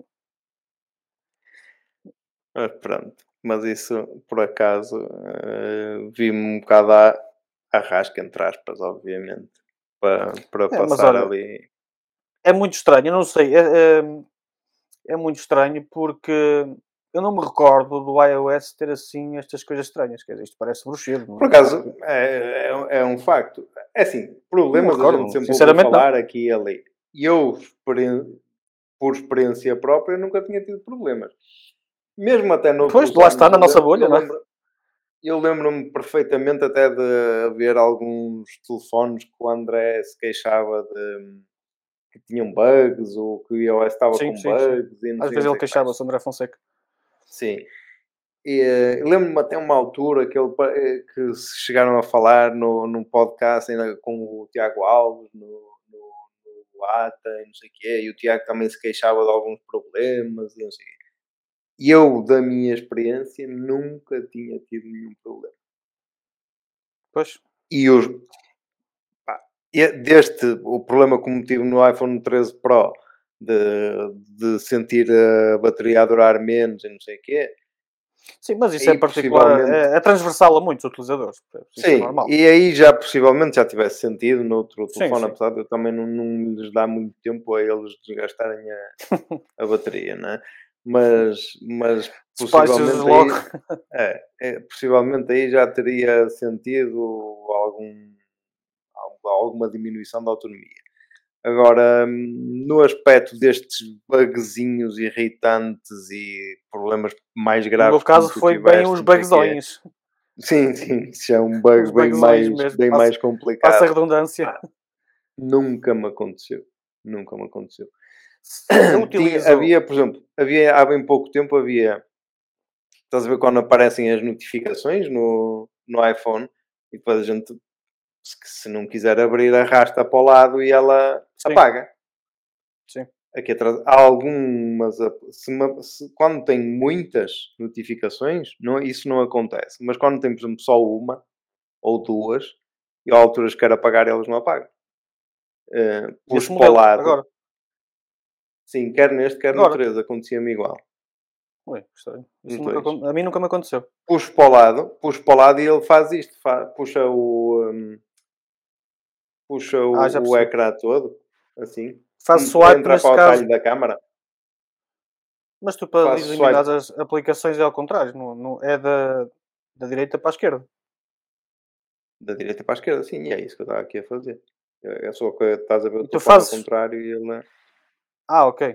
mas pronto. Mas isso, por acaso, eh, vi-me um bocado à, à rasca, entre aspas, obviamente, para, para É, mas passar olha, ali. é muito estranho, eu não sei. É, é, é muito estranho porque eu não me recordo do iOS ter assim estas coisas estranhas. Quer dizer, isto parece bruxedo, não Por é? acaso, é, é, é um facto. É assim, Não me problemas a gente recordo, sempre ouviu sinceramente não. falar aqui e ali. E eu, experi- por experiência própria, nunca tinha tido problemas. Mesmo até Pois, noutros lá está, anos, na eu nossa lembro, bolha, eu não é? lembro, eu lembro-me perfeitamente até de haver alguns telefones que o André se queixava de que tinham bugs ou que o iOS estava Sim, com sim, sim. bugs e não Às sei, não vezes ele sei o que mais. queixava-se, André Fonseca. Sim. E, eh, lembro-me até uma altura que, ele, pa- eh, que se chegaram a falar no, num podcast ainda com o Tiago Alves, no, no, no Ata e não sei o quê, e o Tiago também se queixava de alguns problemas e não sei o quê. E eu, da minha experiência, nunca tinha tido nenhum problema. Pois. E os, pá, e deste, o problema como tive no iPhone treze Pro, de, de sentir a bateria a durar menos e não sei o quê. Sim, mas isso é Aí particular, possivelmente... é, é transversal a muitos utilizadores. Isso é Sim, normal. e aí já possivelmente já tivesse sentido noutro Sim, telefone, sim. apesar de eu também não, não lhes dar muito tempo a eles desgastarem a, a bateria, né? Mas, mas Despachas possivelmente logo. aí, é, é, possivelmente aí já teria sentido algum, alguma diminuição da autonomia. Agora, no aspecto destes bugzinhos irritantes e problemas mais No meu graves como caso tu foi bem tiveste, os não sei o quê. bugzões. Sim, sim, isso é um Os bug bem bugzões mais, mesmo. bem Passa, mais passa a complicado. redundância. Pá, nunca me aconteceu. Nunca me aconteceu. Eu Tinha, utilizo... havia, por exemplo, havia há bem pouco tempo havia. Estás a ver quando aparecem as notificações no, no iPhone e depois a gente, se, se não quiser abrir, arrasta para o lado e ela Sim, apaga. sim. Aqui atrás há algumas. Se, se, quando tem muitas notificações, não, isso não acontece. Mas quando tem, por exemplo, só uma ou duas, e há alturas que quer apagar, elas não apagam. Uh, Esse puxo para o modelo, lado. agora. Sim, quer neste, quer no Agora. três, acontecia-me igual. Ui, estranho. Isso Os nunca, dois. a mim nunca me aconteceu. Puxo para o lado, puxo para o lado e ele faz isto. Faz, puxa o. Um, puxa Ah, já o, o percebi. ecrã todo, assim. Faz Como para swipe entrar neste para o caso. atalho da câmara. Mas tu para Faço eliminar swipe. as aplicações é ao contrário. Não, não, é da, da direita para a esquerda. Da direita para a esquerda, sim, e é isso que eu estava aqui a fazer. É só que estás a ver o E tu telefone ao fazes... contrário e ele. Ah, ok.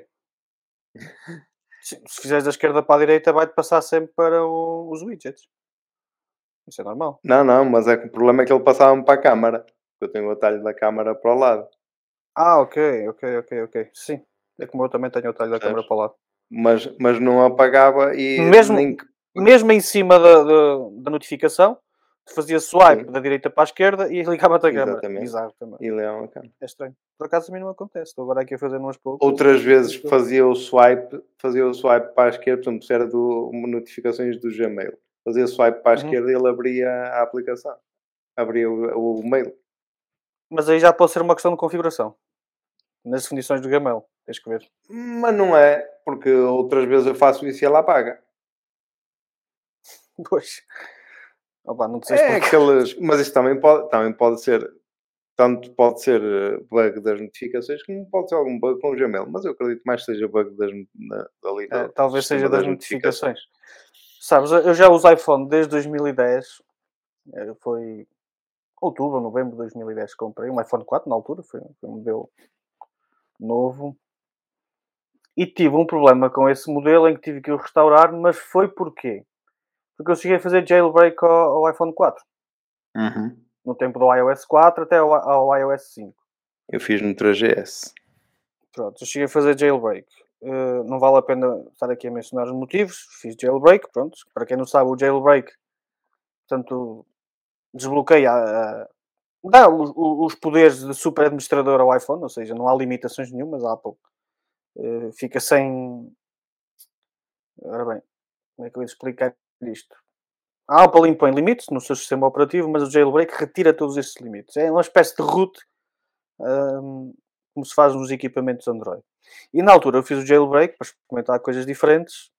Se, se fizeres da esquerda para a direita vai-te passar sempre para o, os widgets. Isso é normal. Não, não, mas é que o problema é que ele passava-me para a câmara. Eu tenho o atalho da câmara para o lado. Ah, ok, ok, ok, ok. Sim. É como eu também tenho o talho da câmera Percebes? para o lado. Mas, mas não apagava e Mesmo, nem que. mesmo em cima da, da, da notificação, tu fazia swipe Sim, da direita para a esquerda e ligava-te a câmera. exatamente. Bizarro também. E leão a câmara. É estranho. Por acaso a mim não acontece. Estou agora aqui a fazer umas poucas e Outras vezes estou... fazia o swipe, fazia o swipe para a esquerda, por exemplo, se era do notificações do Gmail. Fazia o swipe para a Uhum. esquerda e ele abria a aplicação. Abria o, o mail. Mas aí já pode ser uma questão de configuração. Nas definições do Gmail. Tens que ver. Mas não é, porque outras vezes eu faço isso e ela apaga. Pois. Opa, não te sei É explicar. aqueles. Mas isso também pode, também pode ser. Tanto pode ser eh, bug das notificações, como pode ser algum bug com o Gmail. Mas eu acredito mais que seja bug das, na, ali É, do, do talvez seja sistema das das notificações. notificações. Sabes, eu já uso iPhone desde dois mil e dez. Eh, Foi outubro, novembro de dois mil e dez que comprei. Um iPhone quatro na altura. Foi, foi um modelo novo. E tive um problema com esse modelo em que tive que o restaurar, mas foi porquê? Porque eu cheguei a fazer jailbreak ao, ao iPhone quatro. Uhum. No tempo do iOS quatro até ao, ao iOS cinco. Eu fiz no três G S. Pronto, eu cheguei a fazer jailbreak. Uh, não vale a pena estar aqui a mencionar os motivos. Fiz jailbreak, pronto. Para quem não sabe, o jailbreak, portanto, desbloqueia a, a, dá os, os poderes de super administrador ao iPhone, ou seja, não há limitações nenhumas. A Apple uh, fica sem... Ora bem, como é que eu ia explicar isto? A Apple impõe limites no seu sistema operativo, mas o jailbreak retira todos esses limites. É uma espécie de root, um, como se faz nos equipamentos Android. E na altura eu fiz o jailbreak para experimentar coisas diferentes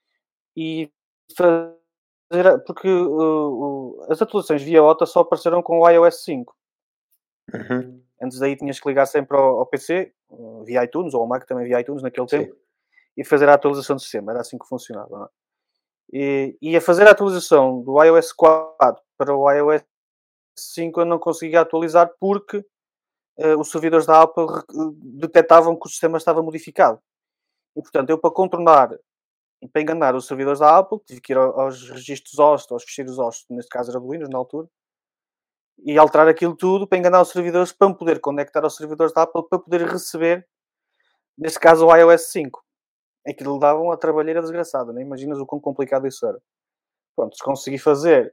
e fazer, porque uh, uh, as atualizações via O T A só apareceram com o iOS cinco. Uhum. Antes daí tinhas que ligar sempre ao, ao P C, uh, via iTunes, ou ao Mac também via iTunes naquele Sim. tempo, e fazer a atualização do sistema. Era assim que funcionava. Não é? E, e a fazer a atualização do iOS quatro para o iOS cinco eu não conseguia atualizar porque uh, os servidores da Apple uh, detectavam que o sistema estava modificado. E, portanto, eu para contornar e para enganar os servidores da Apple, tive que ir aos registros host, aos ficheiros host, neste caso era do Windows na altura, e alterar aquilo tudo para enganar os servidores, para me poder conectar aos servidores da Apple, para poder receber, neste caso, o iOS cinco. Aquilo dava uma trabalheira desgraçada, nem imaginas o quão complicado isso era. Pronto, consegui fazer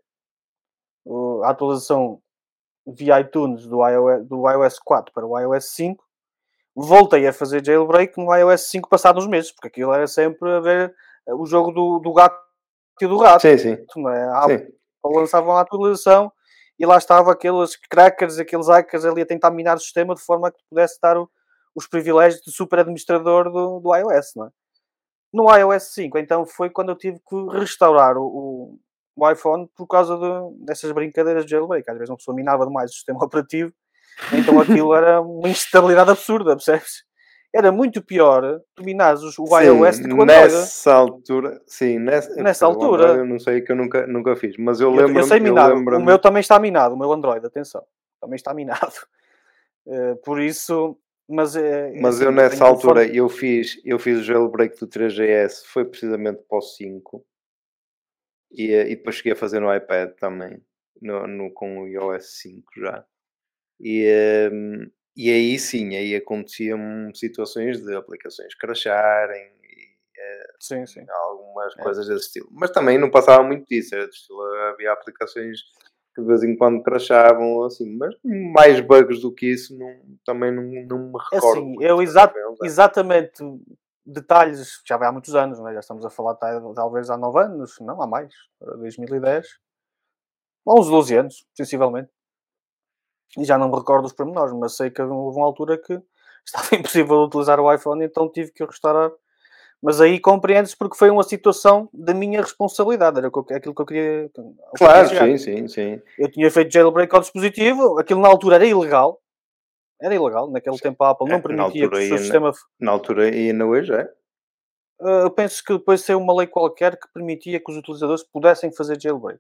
a atualização via iTunes do iOS, do iOS quatro para o iOS cinco, voltei a fazer jailbreak no iOS cinco passados uns meses, porque aquilo era sempre a ver o jogo do, do gato e do rato. Sim, sim. Não é? A Apple Sim. lançava uma atualização e lá estava aqueles crackers, aqueles hackers ali a tentar minar o sistema de forma que pudesse dar o, os privilégios de super administrador do, do iOS, não é? No iOS cinco, então, foi quando eu tive que restaurar o, o, o iPhone por causa de, dessas brincadeiras de jailbreak. Às vezes uma pessoa minava demais o sistema operativo, então aquilo era uma instabilidade absurda, percebes? Era muito pior tu minares o Sim, iOS do que o Android. nessa altura, sim, nessa, Nessa o altura. Android eu não sei, que eu nunca, nunca fiz, mas eu Eu, lembro-me... eu sei minar, eu lembro o meu também está minado, o meu Android, atenção, também está minado. Uh, por isso, mas é Mas assim, eu eu nessa tenho altura, telefone... eu fiz, eu fiz o jailbreak do três G S, foi precisamente para o cinco, e, eh, e depois cheguei a fazer no iPad também, no, no, com o iOS cinco já. E, um, e aí sim, aí aconteciam situações de aplicações crasharem e Sim, sim. algumas É. coisas desse estilo. Mas também não passava muito disso, era do estilo, havia aplicações que de vez em quando crashavam assim, mas mais bugs do que isso não, também não, não me É recordo assim, muito. eu exa exatamente detalhes, já vai há muitos anos, não é? Já estamos a falar talvez há nove anos, não, há mais, dois mil e dez, há uns doze anos, sensivelmente. E já não me recordo dos pormenores, mas sei que houve uma altura que estava impossível utilizar o iPhone, então tive que o restaurar. Mas aí compreendes porque foi uma situação da minha responsabilidade, era aquilo que eu queria, claro, sim, sim, sim. Eu tinha feito jailbreak ao dispositivo, aquilo na altura era ilegal, era ilegal, naquele tempo a Apple não É, permitia que o seu na, sistema... na altura e ainda hoje é. Uh, eu penso que depois saiu uma lei qualquer que permitia que os utilizadores pudessem fazer jailbreak.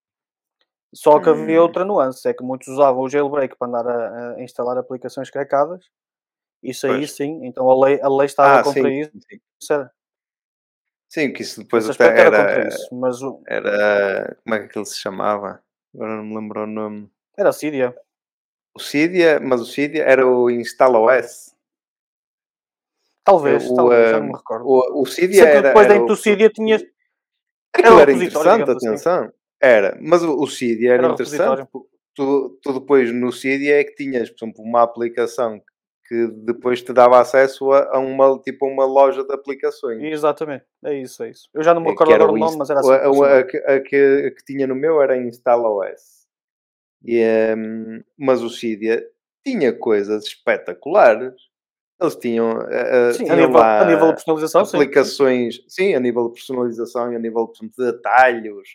Só que havia Hum. outra nuance, é que muitos usavam o jailbreak para andar a, a instalar aplicações cracadas. Isso aí Pois. sim, então a lei, a lei estava Ah, contra sim, isso. sim. Era, Sim, que isso depois esse até aspecto era era, contra isso, mas o, era... Como é que aquilo se chamava? Agora não me lembro o nome. era a Cydia. O Cydia, mas o Cydia era o InstallOS. Talvez, O, talvez, já não um, me recordo. o, o Cydia Sei que era, depois era dentro do o... Cydia tinha... Era Aquilo o era repositório, interessante, digamos assim. atenção. Era, mas o, o Cydia era Era o interessante, repositório. porque tu, tu depois no Cydia é que tinhas, por exemplo, uma aplicação que depois te dava acesso a, a uma, tipo, uma loja de aplicações. Exatamente, é isso, é isso. Eu já não me É, que recordo era agora o o nome, Inst... mas era a, assim que a, funcionava. a, que- a que, a que tinha no meu era InstallOS. E, um, mas o Cydia tinha coisas espetaculares. Eles tinham, uh, uh, Sim, a tinham nível, a nível de lá personalização, sim. aplicações, sim, a nível de personalização e a nível, por exemplo, de detalhes,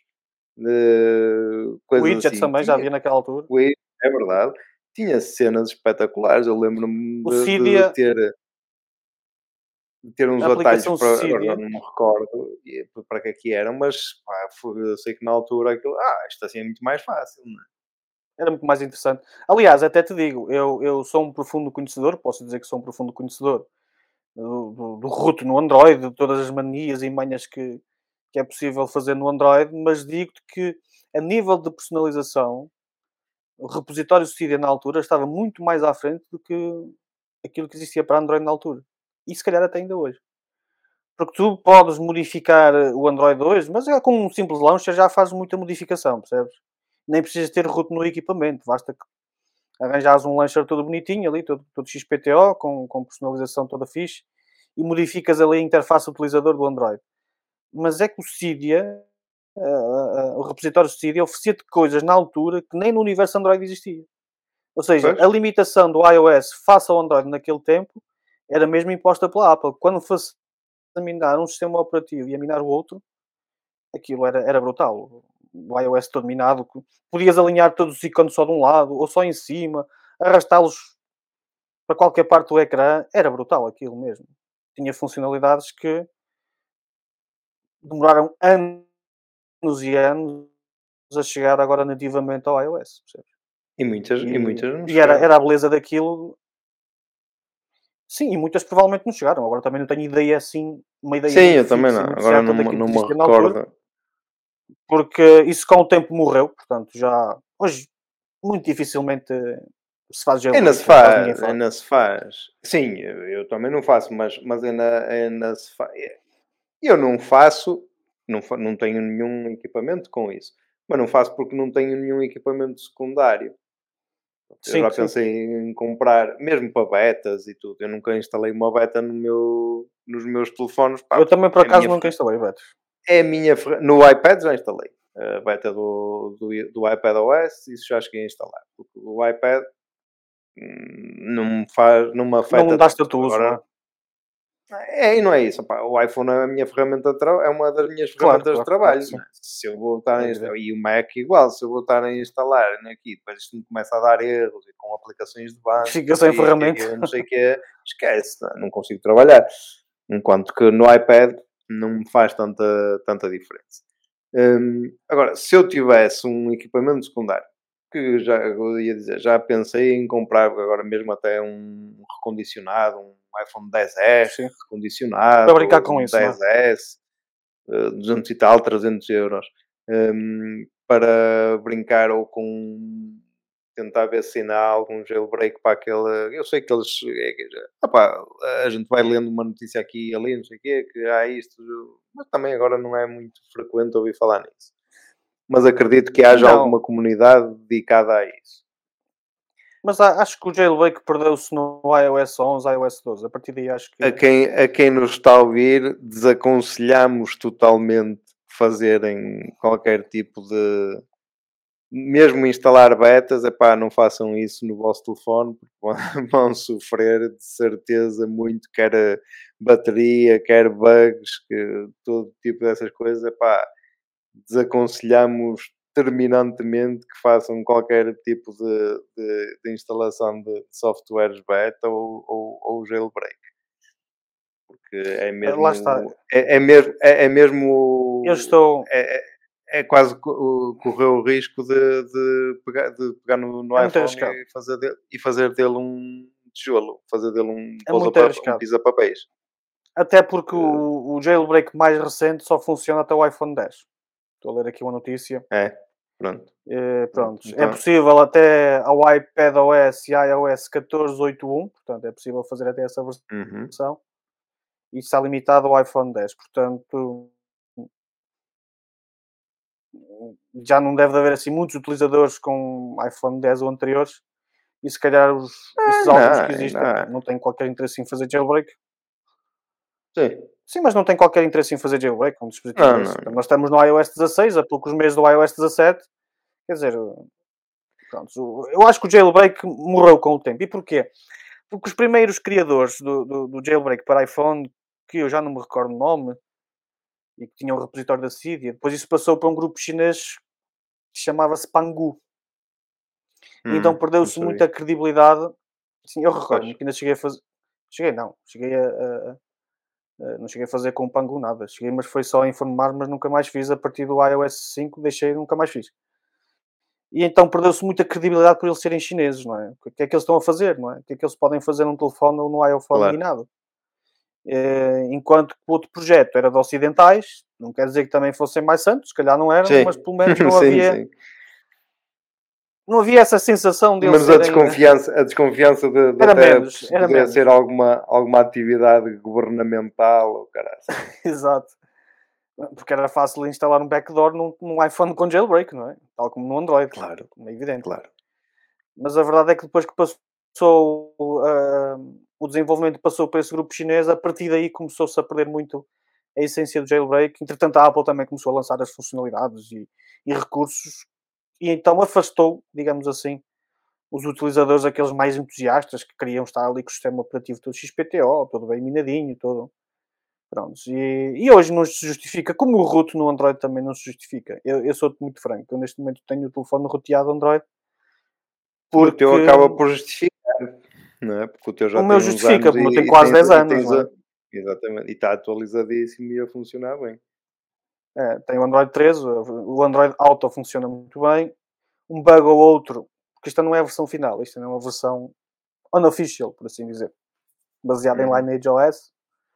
de coisas Widgets assim. também já Tinha, havia naquela altura. é verdade, tinha cenas espetaculares. Eu lembro-me O de, de Cydia, ter, de ter uns a atalhos, aplicação para, agora já Cydia, não me recordo e para que é que eram, mas pá, foi- eu sei que na altura aquilo, ah, isto assim é muito mais fácil, não é? era muito mais interessante. Aliás, até te digo, eu, eu sou um profundo conhecedor, posso dizer que sou um profundo conhecedor do, do, do root no Android, de todas as manias e manhas que, que é possível fazer no Android, mas digo-te que a nível de personalização, o repositório Cydia na altura estava muito mais à frente do que aquilo que existia para Android na altura. E se calhar até ainda hoje. Porque tu podes modificar o Android hoje, mas é com um simples launcher já fazes muita modificação, percebes? Nem precisas ter root no equipamento, basta que arranjares um launcher todo bonitinho ali, todo, todo X P T O, com, com personalização toda fixe, e modificas ali a interface utilizador do Android. Mas é que o Cydia, uh, uh, o repositório Cydia, oferecia-te coisas na altura que nem no universo Android existia. Ou seja, Pois? a limitação do iOS face ao Android naquele tempo era mesmo imposta pela Apple. Quando fosse a minar um sistema operativo e a minar o outro, aquilo era, era brutal. O iOS todo minado, podias alinhar todos os ícones só de um lado ou só em cima, arrastá-los para qualquer parte do ecrã, era brutal aquilo mesmo. Tinha funcionalidades que demoraram anos e anos a chegar agora nativamente ao iOS, percebes? E muitas, e E, muitas não e era, chegaram. era a beleza daquilo. Sim, e muitas provavelmente não chegaram. Agora também não tenho ideia assim, uma ideia Sim, muito eu também fixa não. e muito Agora não, certa me- daquilo não que me existia na altura, recordo. porque isso com o tempo morreu, portanto já hoje muito dificilmente se faz Ainda jailbreak, se ou quase ninguém faz, faz. ainda se faz. Sim, eu, eu também não faço, mas, mas ainda, ainda se faz. Eu não faço, não, fa- não tenho nenhum equipamento com isso. Mas não faço porque não tenho nenhum equipamento secundário. Eu Sim, já sim. pensei em comprar, mesmo para betas e tudo. Eu nunca instalei uma beta no meu, nos meus telefones. Pá, Eu também por é a acaso minha, nunca ferra- instalei betas. é a minha ferra- no iPad já instalei. a beta do, do, do iPadOS, isso já cheguei a instalar. Porque o iPad hum, não me faz, não me afeta. Não mudaste a tanto. tua uso, Agora, não é? é, e não é isso. Opá, o iPhone é a minha ferramenta de trabalho, é uma das minhas Claro, ferramentas de claro, claro trabalho. que sim. Não é? Se eu vou estar É a evidente. instalar, e o Mac igual, se eu vou estar a instalar aqui, depois isto me começa a dar erros e com aplicações de banco, Fica sem e, ferramenta. e não sei o que, esquece, não, é? Não consigo trabalhar. Enquanto que no iPad não me faz tanta, tanta diferença. Hum, agora, se eu tivesse um equipamento secundário, que já eu ia dizer, já pensei em comprar agora mesmo até um recondicionado, um iPhone X R Sim. recondicionado, Para brincar com um isso, não é? X S, eh, duzentos e tal, trezentos euros, hum, para brincar ou com tentar ver se ainda há algum jailbreak para aquele. Eu sei que eles. É, que já- opá, a gente vai lendo uma notícia aqui e ali, não sei o quê, que há isto, mas também agora não é muito frequente ouvir falar nisso. Mas acredito que haja Não, alguma comunidade dedicada a isso. mas a- acho que o jailbreak perdeu-se no iOS onze, iOS doze. A partir daí acho A que quem, a quem nos está a ouvir, desaconselhamos totalmente fazerem qualquer tipo de. Mesmo instalar betas, epá, não façam isso no vosso telefone, porque vão, vão sofrer de certeza muito, quer a bateria, quer bugs, que, todo tipo dessas coisas, epá, desaconselhamos terminantemente que façam qualquer tipo de, de, de instalação de softwares beta ou, ou, ou jailbreak. Porque é eh, lá está. mesmo. É, é mesmo. É, é Eu mesmo. estou. É, é é quase co- correr o risco de, de pegar, de pegar no, no É muito iPhone arriscado. e fazer, dele, e fazer dele um tijolo, fazer dele um, É pousa muito um arriscado. pisa-papéis. Até porque Eh, o, o jailbreak mais recente só funciona até o iPhone dez. Estou a ler aqui uma notícia. É, pronto. Eh, pronto. prontos. É Então, possível até ao iPadOS e iOS catorze ponto oito ponto um. Portanto, é possível fazer até essa uhum. versão. E está limitado ao iPhone dez. Portanto, já não deve haver assim muitos utilizadores com iPhone dez ou anteriores. E se calhar os, Ah, esses alguns não, que existem não. não têm qualquer interesse em fazer jailbreak. Sim. Sim, mas não tem qualquer interesse em fazer jailbreak com um dispositivo Não, não, desses. não. Nós estamos no iOS dezasseis, há poucos meses do iOS dezassete. Quer dizer, pronto, eu acho que o jailbreak morreu com o tempo. E porquê? Porque os primeiros criadores do, do, do jailbreak para iPhone, que eu já não me recordo o nome, e que tinham um repositório da Cydia, depois isso passou para um grupo chinês que chamava-se Pangu. E então Hum, não perdeu-se sabia. muita credibilidade. Sim, eu Pois. recordo-me que ainda cheguei a fazer. Cheguei, não. Cheguei a, a- a- não cheguei a fazer com o Pangu nada. Cheguei, mas foi só a informar, mas nunca mais fiz. A partir do iOS cinco deixei e nunca mais fiz. E então perdeu-se muita credibilidade por eles serem chineses, não é? O que é que eles estão a fazer, não é? O que é que eles podem fazer num telefone ou no iPhone e Claro. nada? Eh, enquanto que o outro projeto era de ocidentais, não quer dizer que também fossem mais santos, se calhar não eram, Sim. mas pelo menos não sim, havia, sim. não havia essa sensação de Pelo eles menos a serem. eh, desconfiança, a desconfiança de, de Era até menos, era poder menos. ser alguma, alguma atividade governamental ou caralho. Exato. Porque era fácil instalar um backdoor num, num iPhone com jailbreak, não é? Tal como no Android, Claro, como é evidente. claro. Mas a verdade é que depois que passou ah, o desenvolvimento passou para esse grupo chinês, a partir daí começou-se a perder muito a essência do jailbreak. Entretanto, a Apple também começou a lançar as funcionalidades e, e recursos e então afastou, digamos assim, os utilizadores, aqueles mais entusiastas que queriam estar ali com o sistema operativo todo X P T O, todo bem minadinho, todo. Prontos. E, e hoje não se justifica, como o root no Android também não se justifica. Eu, eu sou muito franco, eu neste momento tenho o telefone roteado Android O teu porque acaba por justificar, não é? Porque o teu o já meu tem uns justifica, anos como eu tenho e, e quase tens, dez e anos, tens não a, é? exatamente, e está atualizadíssimo e a funcionar bem. É, tenho o Android treze, o Android Auto funciona muito bem. Um bug ou outro, porque isto não é a versão final, isto é uma versão unofficial, por assim dizer, baseada em Uhum. Lineage O S.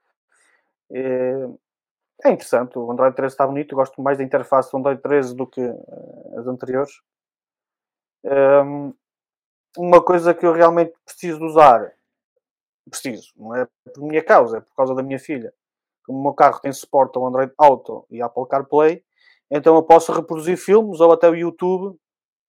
É, é interessante, o Android treze está bonito, gosto mais da interface do Android treze do que uh, as anteriores. Um, uma coisa que eu realmente preciso de usar, preciso, não é por minha causa, é por causa da minha filha. Como o meu carro tem suporte ao Android Auto e Apple CarPlay, então eu posso reproduzir filmes ou até o YouTube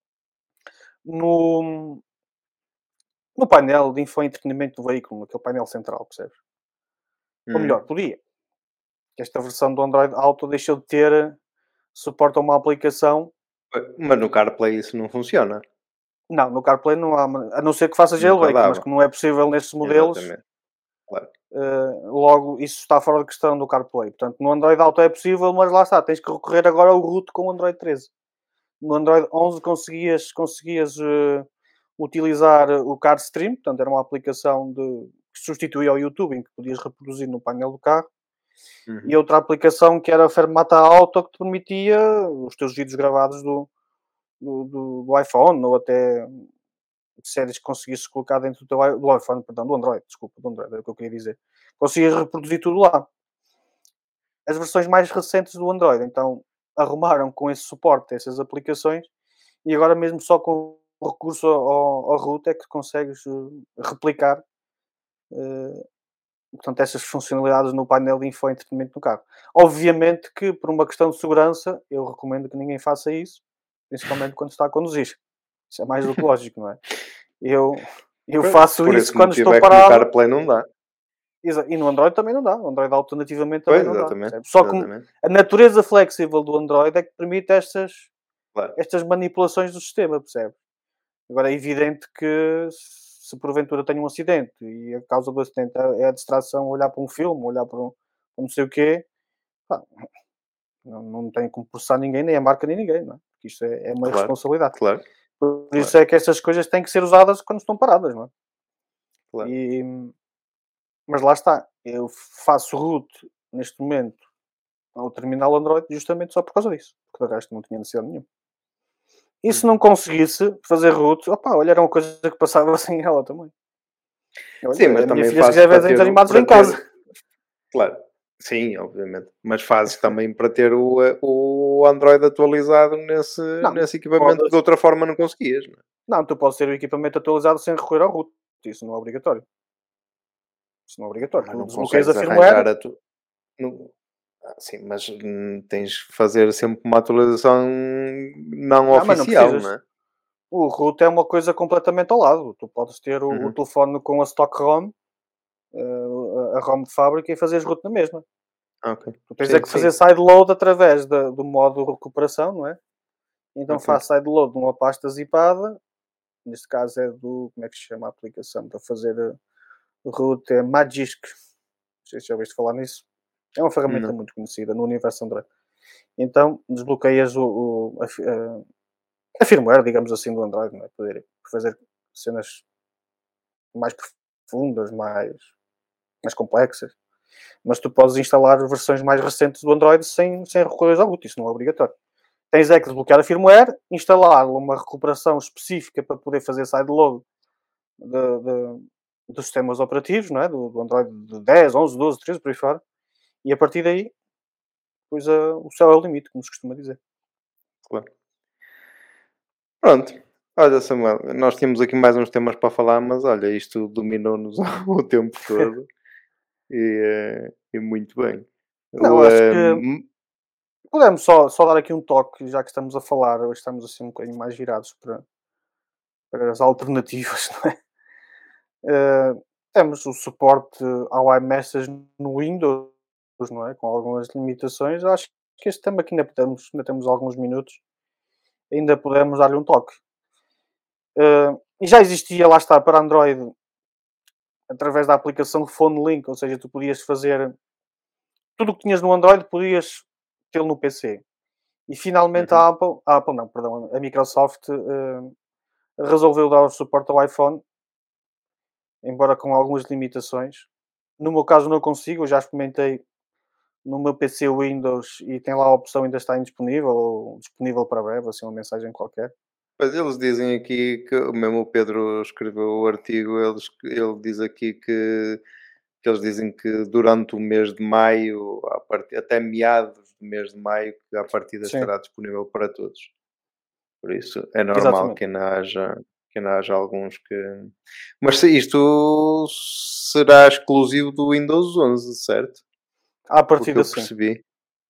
no, no painel de infoentretenimento do veículo, aquele painel central, percebes? Ou Uhum. melhor, podia. Esta versão do Android Auto deixou de ter suporta uma aplicação. Mas no CarPlay isso não funciona. Não, no CarPlay não há, a não ser que faça Nunca jailbreak, mas dava. que não é possível nestes modelos. Exatamente. Claro. Uh, logo, isso está fora de questão do CarPlay. Portanto, no Android Auto é possível, mas lá está, tens que recorrer agora ao root com o Android treze. No Android onze conseguias, conseguias uh, utilizar o CarStream, portanto era uma aplicação de, que substituía o YouTube, em que podias reproduzir no painel do carro. Uhum. E outra aplicação que era a Fermata Auto, que te permitia os teus vídeos gravados do, do, do, do iPhone, ou até séries que conseguisses colocar dentro do, teu, do iPhone, perdão, do Android, desculpa, do Android, é o que eu queria dizer. Conseguias reproduzir tudo lá. As versões mais recentes do Android, então, arrumaram com esse suporte essas aplicações, e agora mesmo só com o recurso ao, ao root é que consegues uh, replicar uh, portanto, essas funcionalidades no painel de infoentretenimento do carro. Obviamente que, por uma questão de segurança, eu recomendo que ninguém faça isso, principalmente quando está a conduzir. Isso é mais do que lógico, não é? Eu, eu faço por isso quando estou é parado. Que no CarPlay não dá. E no Android também não dá. O Android alternativamente também pois, não exatamente, dá. Só que exatamente. a natureza flexível do Android é que permite estas, claro. estas manipulações do sistema, percebe? Agora é evidente que se porventura tem um acidente e a causa do acidente é a distração, olhar para um filme, olhar para um não sei o quê, pá, não, não tem como processar ninguém, nem a marca nem ninguém, não é? Porque isto é, é uma claro, responsabilidade. Claro. Por isso claro. é que estas coisas têm que ser usadas quando estão paradas, não é? Claro. E, mas lá está, eu faço root neste momento ao terminal Android justamente só por causa disso, porque de resto não tinha necessidade nenhuma. E se não conseguisse fazer root, opá, olha, era uma coisa que passava sem ela também. Olha, sim, mas a também minha filha se fazes quiser ver para desenhos ter, animados para em ter... casa. Claro, sim, obviamente. Mas fazes também para ter o, o Android atualizado nesse, não, nesse equipamento podes... que de outra forma não conseguias. Não, é? não, tu podes ter o equipamento atualizado sem recorrer ao root. Isso não é obrigatório. Isso não é obrigatório. Mas Tu não desbloqueias a consegues firmware. arranjar a tu... não... Ah, sim, mas hum, tens que fazer sempre uma atualização não, não oficial, não, não é? O root é uma coisa completamente ao lado. Tu podes ter o, Uhum. o telefone com a stock ROM, uh, a ROM de fábrica, e fazeres root na mesma. Okay. Tu tens sim, é que fazer sim. sideload através de, do modo recuperação, não é? Então okay. faz sideload de uma pasta zipada. Neste caso é do... Como é que se chama a aplicação para fazer root? É Magisk. Não sei se já ouviste falar nisso. É uma ferramenta Não. muito conhecida no universo Android. Então desbloqueias o, o, a, a, a firmware, digamos assim, do Android, não é? Poder fazer cenas mais profundas, mais, mais complexas. Mas tu podes instalar versões mais recentes do Android sem, sem recorrer ao root. Isso não é obrigatório. Tens é que desbloquear a firmware, instalar uma recuperação específica para poder fazer sideload de, de, dos sistemas operativos, não é? Do, do Android de dez, onze, doze, treze, por aí fora. E a partir daí, depois a, o céu é o limite, como se costuma dizer. Claro. Pronto. Olha, Samuel, nós tínhamos aqui mais uns temas para falar, mas olha, isto dominou-nos o tempo todo. e, e muito bem. Não, o, acho que um... podemos só, só dar aqui um toque, já que estamos a falar, hoje estamos assim um bocadinho mais virados para, para as alternativas, não é? Uh, temos o suporte ao iMessage no Windows, não é? Com algumas limitações. Acho que este tema aqui ainda podemos, ainda temos alguns minutos, ainda podemos dar-lhe um toque. Uh, e já existia, lá está, para Android, através da aplicação Phone Link, ou seja, tu podias fazer tudo o que tinhas no Android, podias tê-lo no P C. E finalmente uhum. a Apple, a Apple não, perdão, a Microsoft uh, resolveu dar o suporte ao iPhone, embora com algumas limitações. No meu caso não consigo, eu já experimentei no meu P C Windows e tem lá a opção ainda está indisponível ou disponível para breve, assim uma mensagem qualquer. Mas eles dizem aqui que, mesmo o Pedro escreveu o artigo, eles, ele diz aqui que, que eles dizem que durante o mês de maio, a part... até meados do mês de maio, que a partida Sim. estará disponível para todos. Por isso é normal Exatamente. que ainda haja, que ainda haja alguns que... Mas isto será exclusivo do Windows onze, certo? À partida eu sim. percebi.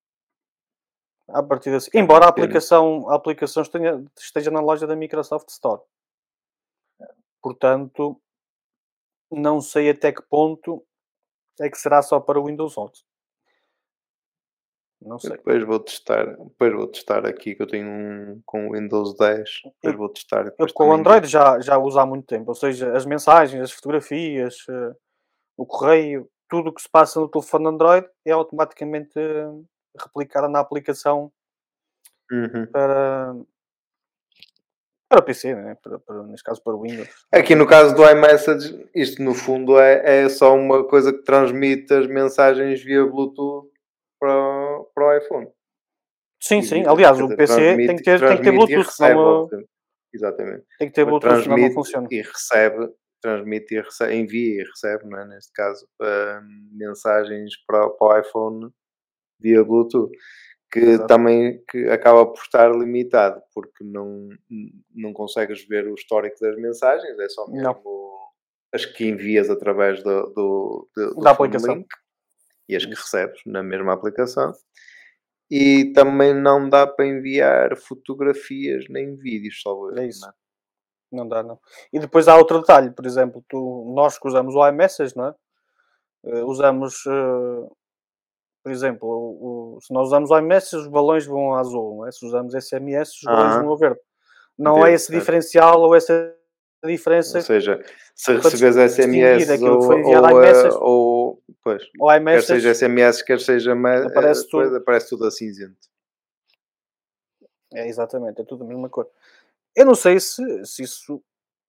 À partida sim. É Embora a uma pena. aplicação, a aplicação esteja, esteja na loja da Microsoft Store. Portanto, não sei até que ponto é que será só para o Windows onze. Não sei. Depois vou testar, depois vou testar aqui que eu tenho um com o Windows dez. Depois vou testar. Eu Depois com o também Android digo. já, já uso há muito tempo. Ou seja, as mensagens, as fotografias, eh, o correio, tudo o que se passa no telefone Android é automaticamente eh, replicado na aplicação Uhum. para, para o P C, né? para, para, neste caso para o Windows. Aqui no caso do iMessage, isto no fundo é, é só uma coisa que transmite as mensagens via Bluetooth para, o- para o iPhone. Sim, E, sim. eh, Aliás, quer o dizer, P C tem que transmite, ter, tem que ter transmite e Bluetooth, recebe, senão eh, obviamente. Exatamente. tem que ter Mas Bluetooth, senão não transmite funciona. e recebe, transmite e recebe, envia e recebe, não é? Neste caso, hum, mensagens para, para o iPhone via Bluetooth, que Exato. também que acaba por estar limitado, porque não, não consegues ver o histórico das mensagens, é só Não. mesmo as que envias através do, do, do, do Da phone aplicação. link e as que Isso. recebes na mesma aplicação. E também não dá para enviar fotografias nem vídeos, salvo É erro, isso. não é? Não dá, não. E depois há outro detalhe, por exemplo, tu, nós que usamos o iMessage, não é? Eh, usamos, eh, por exemplo, o, o- se nós usamos o iMessage, os balões vão a azul, não é? Se usamos S M S, os balões vão a Aham, verde. Não é verde, esse certo. diferencial ou essa Ou diferença seja, se para dis- recebes distinguir S M S aquilo que ou, foi enviado ou, eh, iMessage. ou pois, O quer seja iMessage S M S, quer seja ma- eh, aparece tudo. coisa, aparece tudo a cinzento. É exatamente, é tudo a mesma cor. Eu não sei se, se isso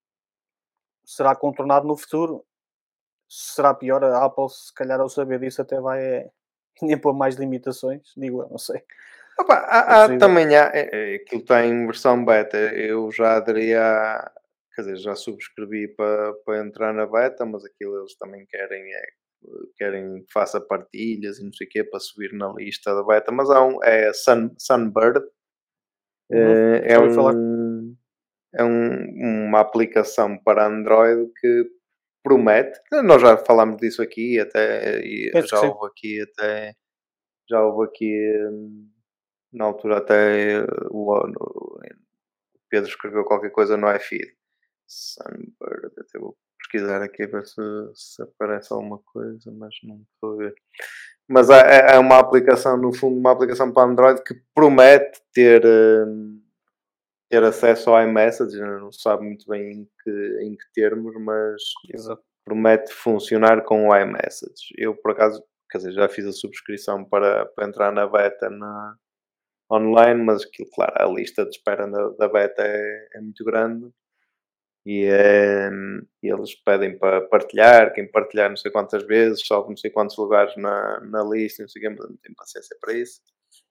será contornado no futuro. Será pior a Apple, se calhar, ao saber disso, até vai é, nem pôr mais limitações, digo eu, não sei. Opa, É há, há possível. também há, é, é, aquilo está em versão beta. Eu já aderi a, quer dizer, já subscrevi para, para entrar na beta, mas aquilo eles também querem é, querem que faça partilhas e não sei o quê para subir na lista da beta. Mas há um, é Sun, Sunbird, Uhum. eh, é Já ouvi falar. um, é um, uma aplicação para Android que promete. Nós já falámos disso aqui, até e Penso que já sim. houve aqui até já houve aqui hum, na altura até eh, o, o Pedro escreveu qualquer coisa no iFeed. Sunbird, até vou pesquisar aqui a ver se, se aparece alguma coisa, mas não estou a ver. Mas é, é uma aplicação, no fundo, uma aplicação para Android que promete ter, hum, ter acesso ao iMessage, não se sabe muito bem em que, em que termos, mas Exato. promete funcionar com o iMessage. Eu, por acaso, quer dizer, já fiz a subscrição para, para entrar na beta na, online, mas aquilo, claro, a lista de espera da, da beta é, é muito grande e, é, e eles pedem para partilhar, quem partilhar não sei quantas vezes, sobe não sei quantos lugares na, na lista, não sei o quê, mas não tenho paciência para isso.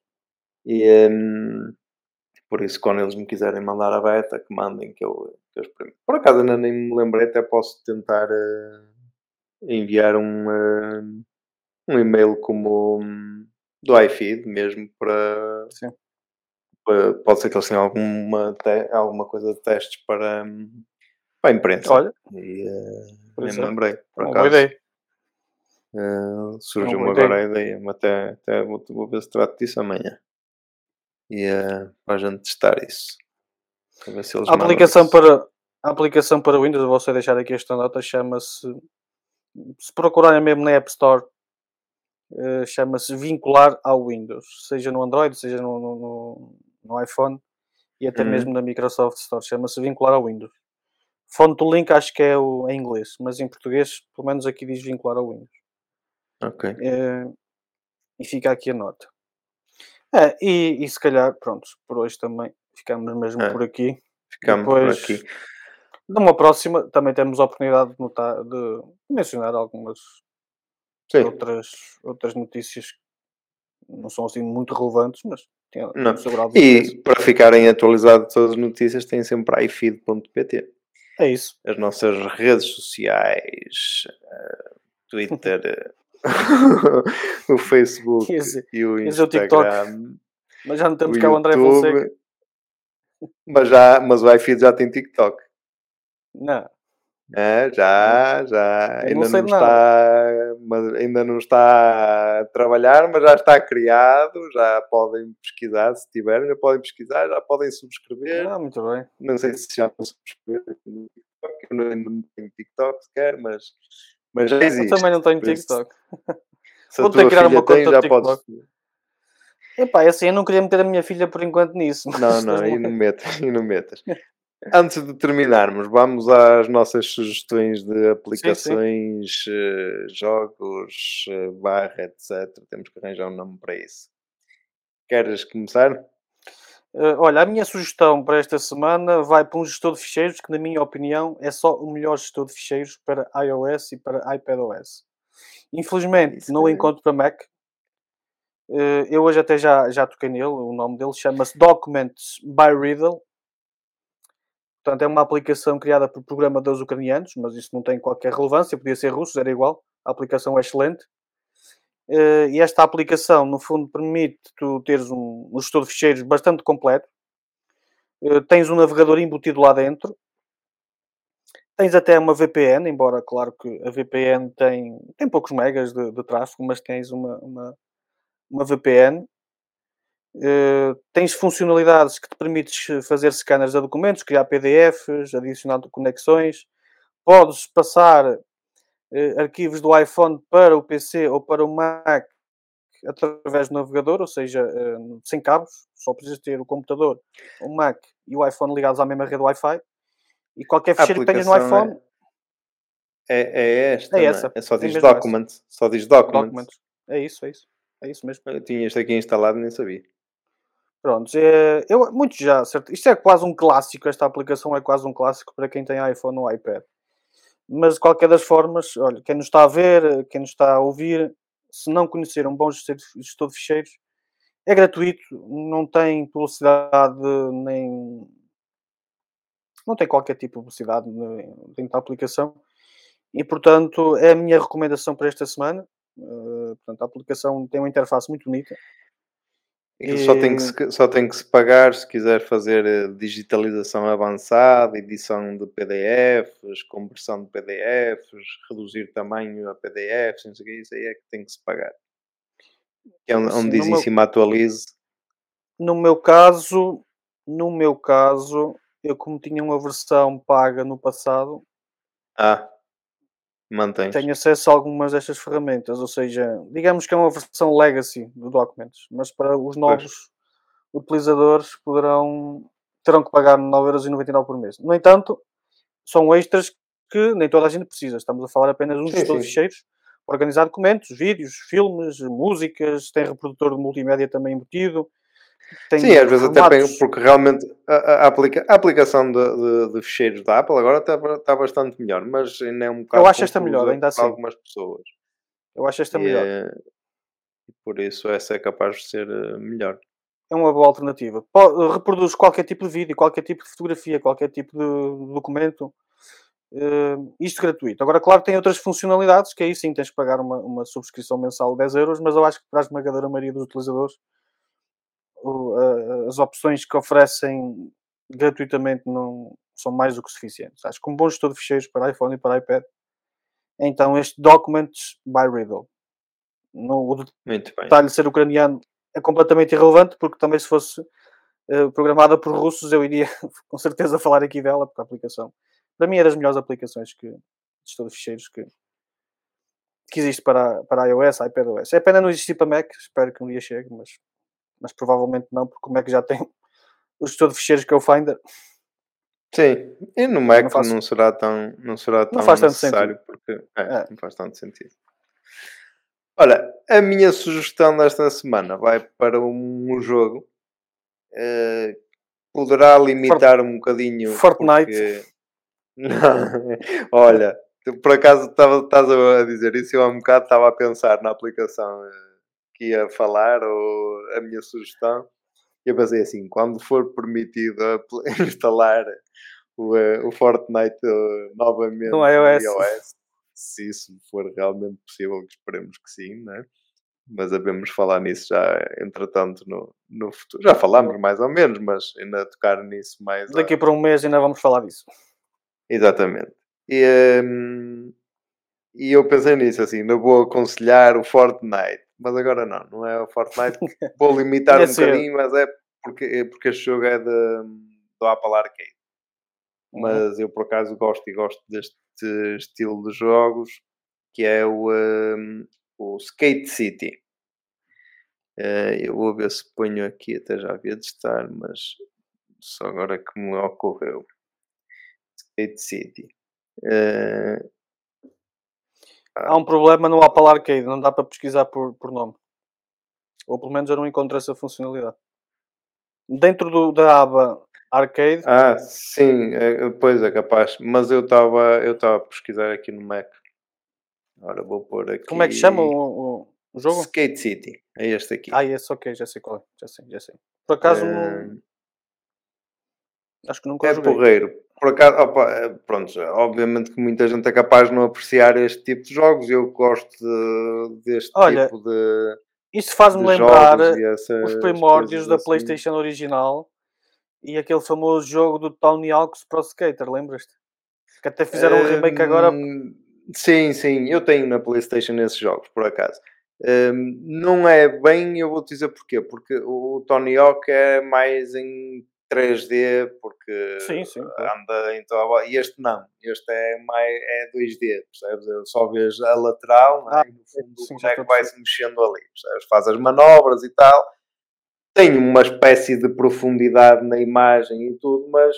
E hum, por isso, quando eles me quiserem mandar a beta, que mandem que eu, que eu experimento. Por acaso ainda nem me lembrei, até posso tentar uh, enviar um, uh, um e-mail como um, do iFeed mesmo para. Sim. para- Pode ser que eles tenham alguma, te- alguma coisa de testes para, hum, para a imprensa. Olha, E uh, por nem me exemplo, lembrei, é por uma boa acaso. ideia. Uh, É uma surgiu-me boa ideia. agora a ideia, mas até, até vou, vou ver se trato disso amanhã. E uh, para a gente testar isso. Para ver se eles A mandam aplicação isso. para, a aplicação para Windows, eu vou só deixar aqui esta nota, chama-se, se procurarem mesmo na App Store, eh, chama-se vincular ao Windows, seja no Android, seja no, no, no- no iPhone e até mesmo Uhum. na Microsoft Store, chama-se vincular ao Windows. Fonte do link acho que é o, em inglês, mas em português, pelo menos aqui diz vincular ao Windows. Ok. Eh, e fica aqui a nota. É, e, e se calhar, pronto, por hoje também ficamos mesmo É, por aqui. ficamos por Depois, aqui. numa próxima, também temos a oportunidade de, notar, de mencionar algumas Sim. outras, outras notícias que não são assim muito relevantes, mas têm, têm o Não. seu grau de interesse. E para ficarem atualizados de todas as notícias, têm sempre ifeed ponto pt. É isso. As nossas redes sociais, uh, Twitter, o Facebook Quer dizer, e o quer dizer o TikTok, Instagram, mas já não o temos cá o André Fonseca. YouTube. Mas, já, mas o iFeed já tem TikTok. Não, É, não, já, já. eu não Ainda sei não de nada. está, mas ainda não está a trabalhar, mas já está criado. Já podem pesquisar, se tiverem, já podem pesquisar, já podem subscrever. Ah, muito bem. Não sei se já estão subscrever no TikTok, eu não- ainda não tenho TikTok sequer, mas, mas já Eu também existe. não tenho Por isso, TikTok. se a Vou ter que tua criar uma filha tem, conta de já podes. TikTok. Epá, é assim, eu não queria meter a minha filha por enquanto nisso. Não, Mas não, tens-me- e não metas, e não metas. Antes de terminarmos, vamos às nossas sugestões de Sim, sim. aplicações, eh, jogos, eh, barra, etcétera. Temos que arranjar um nome para isso. Queres começar? Eh, olha, a minha sugestão para esta semana vai para um gestor de ficheiros que, na minha opinião, é só o melhor gestor de ficheiros para iOS e para iPadOS. Infelizmente, Isso não o é. encontro para Mac. Eh, Eu hoje até já, já toquei nele, o nome dele chama-se Documents by Riddle. Portanto, é uma aplicação criada por programadores ucranianos, mas isso não tem qualquer relevância, podia ser russos, era igual. A aplicação é excelente. Eh, E esta aplicação, no fundo, permite tu teres um, um gestor de ficheiros bastante completo. Eh, Tens um navegador embutido lá dentro. Tens até uma V P N, embora, claro, que a V P N tem, tem poucos megas de, de tráfego, mas tens uma, uma, uma V P N. Eh, tens funcionalidades que te permites fazer scanners a documentos, criar P D Fs, adicionar conexões. Podes passar eh, arquivos do iPhone para o P C ou para o Mac através do navegador, ou seja, eh, sem cabos. Só precisas ter o computador, o Mac e o iPhone ligados à mesma rede Wi-Fi. E qualquer A ficheiro que tenhas no aplicação iPhone é, é, é esta, é não é? essa. É só É diz mesmo essa. Documents. Só diz Documents. Documentos. É isso, é isso. É isso mesmo. Eu tinha este aqui instalado e nem sabia. Pronto, é, eu, muitos já, certo? Isto é quase um clássico, esta aplicação é quase um clássico para quem tem iPhone ou iPad. Mas de qualquer das formas, olha, quem nos está a ver, quem nos está a ouvir, se não conhecer um bom gestor de gestor de ficheiros, é gratuito, não tem publicidade nem. Não tem qualquer tipo de publicidade ne- dentro da aplicação e, portanto, é a minha recomendação para esta semana. Eh, portanto, a aplicação tem uma interface muito bonita. Aquilo só tem que E, se, só tem que se pagar se quiser fazer eh, digitalização avançada, edição de P D Fs, conversão de P D Fs, reduzir tamanho a P D Fs, não sei o que, isso aí é que tem que se pagar. Que é onde, onde assim, no diz em meu, cima atualize. no meu caso, no meu caso, eu como tinha uma versão paga no passado, Ah, mantens. tenho acesso a algumas destas ferramentas, ou seja, digamos que é uma versão legacy do Documents, mas para os Pois. novos utilizadores poderão terão que pagar nove euros e noventa e nove por mês. No entanto, são extras que nem toda a gente precisa. Estamos a falar apenas de um Sim, gestor de sim. ficheiros para organizar documentos, vídeos, filmes, músicas, tem reprodutor de multimédia também embutido, Sim, tem às vezes até pego, formatos. porque realmente a, a- a aplica- a aplicação de, de, de ficheiros da Apple agora está, está bastante melhor, mas ainda é um Eu bocado acho esta melhor, confusa ainda para assim. algumas pessoas. Eu acho esta E, melhor. eh, e por isso essa é capaz de ser eh, melhor. É uma boa alternativa. Po- reproduz qualquer tipo de vídeo, qualquer tipo de fotografia, qualquer tipo de documento. eh, isto gratuito. Agora, claro, tem outras funcionalidades que aí sim tens que pagar uma, uma subscrição mensal de dez euros, mas eu acho que para a esmagadora maioria dos utilizadores o- a- as opções que oferecem gratuitamente não são mais do que suficientes. Acho que um bom gestor de ficheiros para iPhone e para iPad. Então, este Documents by Riddle. No, o Muito bem. detalhe de ser ucraniano é completamente irrelevante, porque também se fosse eh, programada por russos, eu iria com certeza falar aqui dela, porque a aplicação, para mim, é das melhores aplicações que, de gestor de ficheiros que, que existe para, para iOS, iPadOS. É pena não existir para Mac, espero que um dia chegue, mas, mas provavelmente não, porque o Mac já tem o gestor de ficheiros que é o Finder. Sim, e no Pá, não, Mac faço, não será tão, não será não tão faz tanto sentido. necessário porque é, É. não faz tanto sentido. Olha, a minha sugestão desta semana vai para um jogo. eh, Poderá Fort- limitar um bocadinho Fortnite. porque não, olha, tu por acaso estava- estás a dizer isso, eu há um bocado estava a pensar na aplicação eh, que ia falar ou a minha sugestão. E eu pensei assim, quando for permitido apl- instalar o, eh, o Fortnite eh, No novamente no iOS. iOS, se isso for realmente possível, que esperemos que sim, né? Mas devemos falar nisso já, entretanto, no, no futuro. Já falámos mais ou menos, mas ainda tocar nisso mais. Daqui A... por um mês ainda vamos falar disso. Exatamente. E, hum, e eu pensei nisso, assim, não vou aconselhar o Fortnite, mas agora não, não é o Fortnite que vou limitar Ainda é um cedo. bocadinho, mas é porque, é porque este jogo é de, do Apple Arcade. Uhum. Mas eu por acaso gosto e gosto deste estilo de jogos que é o, hum, o Skate City. Uh, eu vou ver se ponho aqui, até já havia de estar, mas só agora que me ocorreu. Skate City. Uh, Há um problema no Apple Arcade, não dá para pesquisar por, por nome. Ou pelo menos eu não encontro essa funcionalidade. Dentro do, da aba Arcade. Ah, sim, é, pois é capaz. Mas eu estava eu estava a pesquisar aqui no Mac. Ora, vou pôr aqui. Como é que chama o, o, o jogo? Skate City. É este aqui. Ah, esse, ok, já sei qual é. Já sei, já sei. Por acaso, Uh, acho que nunca é joguei. porreiro. Por acaso, opa, pronto, obviamente que muita gente é capaz de não apreciar este tipo de jogos. Eu gosto de, deste Olha, tipo de. Isso faz-me de lembrar jogos e os essas primórdios coisas da assim. PlayStation original e aquele famoso jogo do Tony Hawk's Pro Skater, lembras-te? Que até fizeram um remake agora. Hum, sim, sim, eu tenho na PlayStation esses jogos, por acaso. Hum, não é bem, eu vou-te dizer porquê. Porque o Tony Hawk é mais em três D, porque Sim, sim, claro. anda em toda a... E este não, este é, mais, é dois D, percebes? Eu só vês a lateral, não é? Ah, E no fundo sim, o já estou boneco a perceber. vai-se mexendo ali, percebes? Faz as manobras e tal. Tem uma espécie de profundidade na imagem e tudo, mas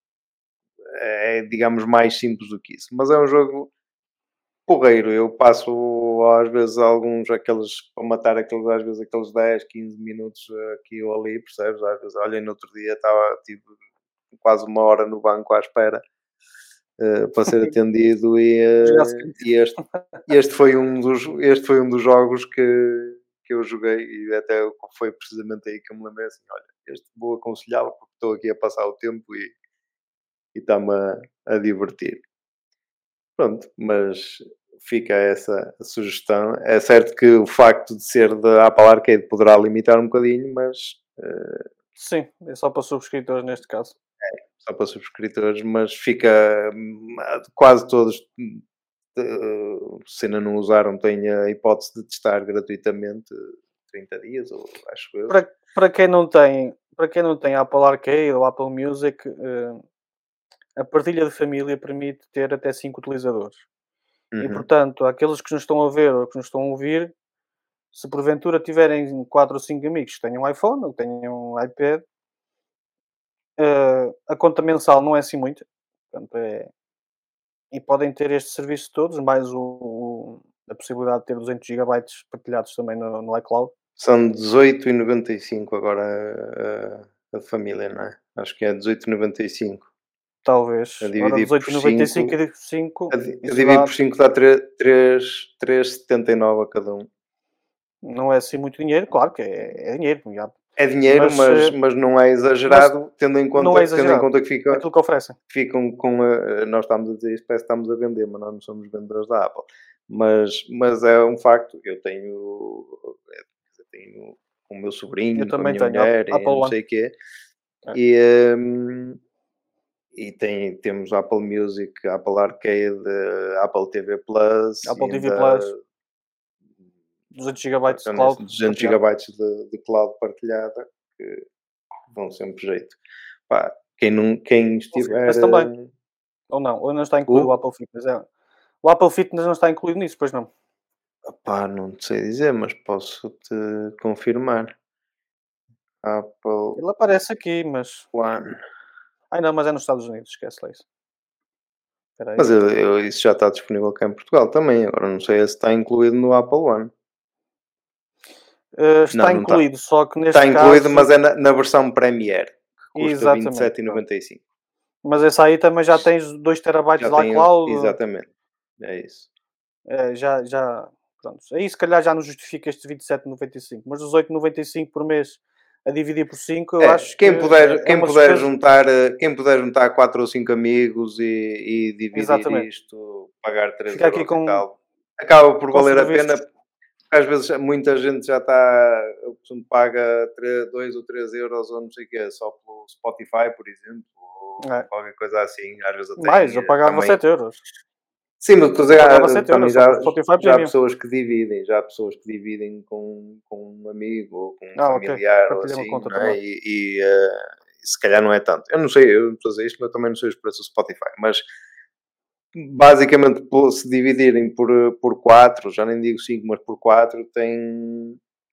é, digamos, mais simples do que isso. Mas é um jogo porreiro. Eu passo, às vezes, alguns, aqueles, para matar aqueles, às vezes, aqueles dez, quinze minutos aqui ou ali, percebes? Às vezes, olha, no outro dia estava, tipo, quase uma hora no banco à espera uh, para ser atendido e, uh, e este, este, foi um dos, este foi um dos jogos que, que eu joguei e até foi precisamente aí que eu me lembrei assim, olha, este vou aconselhá-lo porque estou aqui a passar o tempo e e está-me a, a divertir. Pronto, mas fica essa sugestão. É certo que o facto de ser da Apple Arcade poderá limitar um bocadinho, mas uh, Sim, é só para subscritores neste caso. é, só para subscritores, mas fica hum, quase todos, uh, se ainda não usaram, têm a hipótese de testar gratuitamente trinta dias, ou acho eu. Para, para quem não tem, para quem não tem Apple Arcade ou Apple Music, uh, a partilha de família permite ter até cinco utilizadores. Uhum. E portanto, aqueles que nos estão a ver ou que nos estão a ouvir, se porventura tiverem quatro ou cinco amigos que tenham um iPhone ou que tenham um iPad, uh, a conta mensal não é assim muito. Portanto, é... E podem ter este serviço todos, mais o, o, a possibilidade de ter duzentos gigabytes partilhados também no, no iCloud. São dezoito e noventa e cinco agora a, a família, não é? Acho que é dezoito e noventa e cinco. Talvez. A Ora, dividir por dezoito e noventa e cinco cinco. e dividir por cinco. A, a dividir Dá... por cinco dá três vírgula setenta e nove a cada um. Não é assim muito dinheiro, claro que é, é dinheiro. Já. É dinheiro, mas, mas, mas não é exagerado, mas tendo, em conta, não é exagerado. tendo em conta que fica, aquilo que oferecem. Ficam com a, nós estamos a dizer isto, parece que estamos a vender, mas nós não somos vendedores da Apple. Mas, mas é um facto. Eu tenho, eu tenho com o meu sobrinho, com a minha mulher, Apple e não One. sei o quê. É. E, um, e tem, temos Apple Music, Apple Arcade, Apple T V Plus, Apple T V ainda, Plus, duzentos gigabytes de cloud, duzentos gigabytes de, de cloud partilhada, que vão sempre jeito. Pá, quem, não, quem estiver... Mas também. Ou não, ou não está incluído uh, o Apple Fitness. É. O Apple Fitness não está incluído nisso, pois não? Pá, não te sei dizer, mas posso-te confirmar. Apple Ele aparece aqui, mas... One. Ai não, mas é nos Estados Unidos, esquece lá isso. Espera aí. Mas eu, eu, isso já está disponível cá em Portugal também. Agora não sei se está incluído no Apple One. Uh, está não, não incluído, está. só que neste está incluído, caso... mas é na, na versão Premier, que custa vinte e sete e noventa e cinco. Mas essa aí também já tens dois terabytes de iCloud. Exatamente, é isso. É, já, já, pronto. Aí se calhar já não justifica este vinte e sete e noventa e cinco, mas dezoito e noventa e cinco por mês a dividir por cinco, eu é, acho quem que puder, é quem uma puder despesa... juntar, quem puder juntar quatro ou cinco amigos e, e dividir Exatamente. isto, pagar três Fica euros aqui com, e tal, acaba por valer a serviços... pena. Às vezes muita gente já está, paga dois ou três euros ou não sei o quê, só pelo Spotify, por exemplo, ou é. qualquer coisa assim. Às vezes até Mais, eu pagava também... sete euros. Sim, mas eu pagava sete também euros, já, Spotify já há Premium. pessoas que dividem, já há pessoas que dividem com, com um amigo ou com um ah, familiar okay. ou assim, conta não é? E, e uh, se calhar não é tanto. Eu não sei, eu não estou a dizer isto, mas também não sei os preços do Spotify, mas basicamente se dividirem por, por quatro, já nem digo cinco, mas por quatro, tem,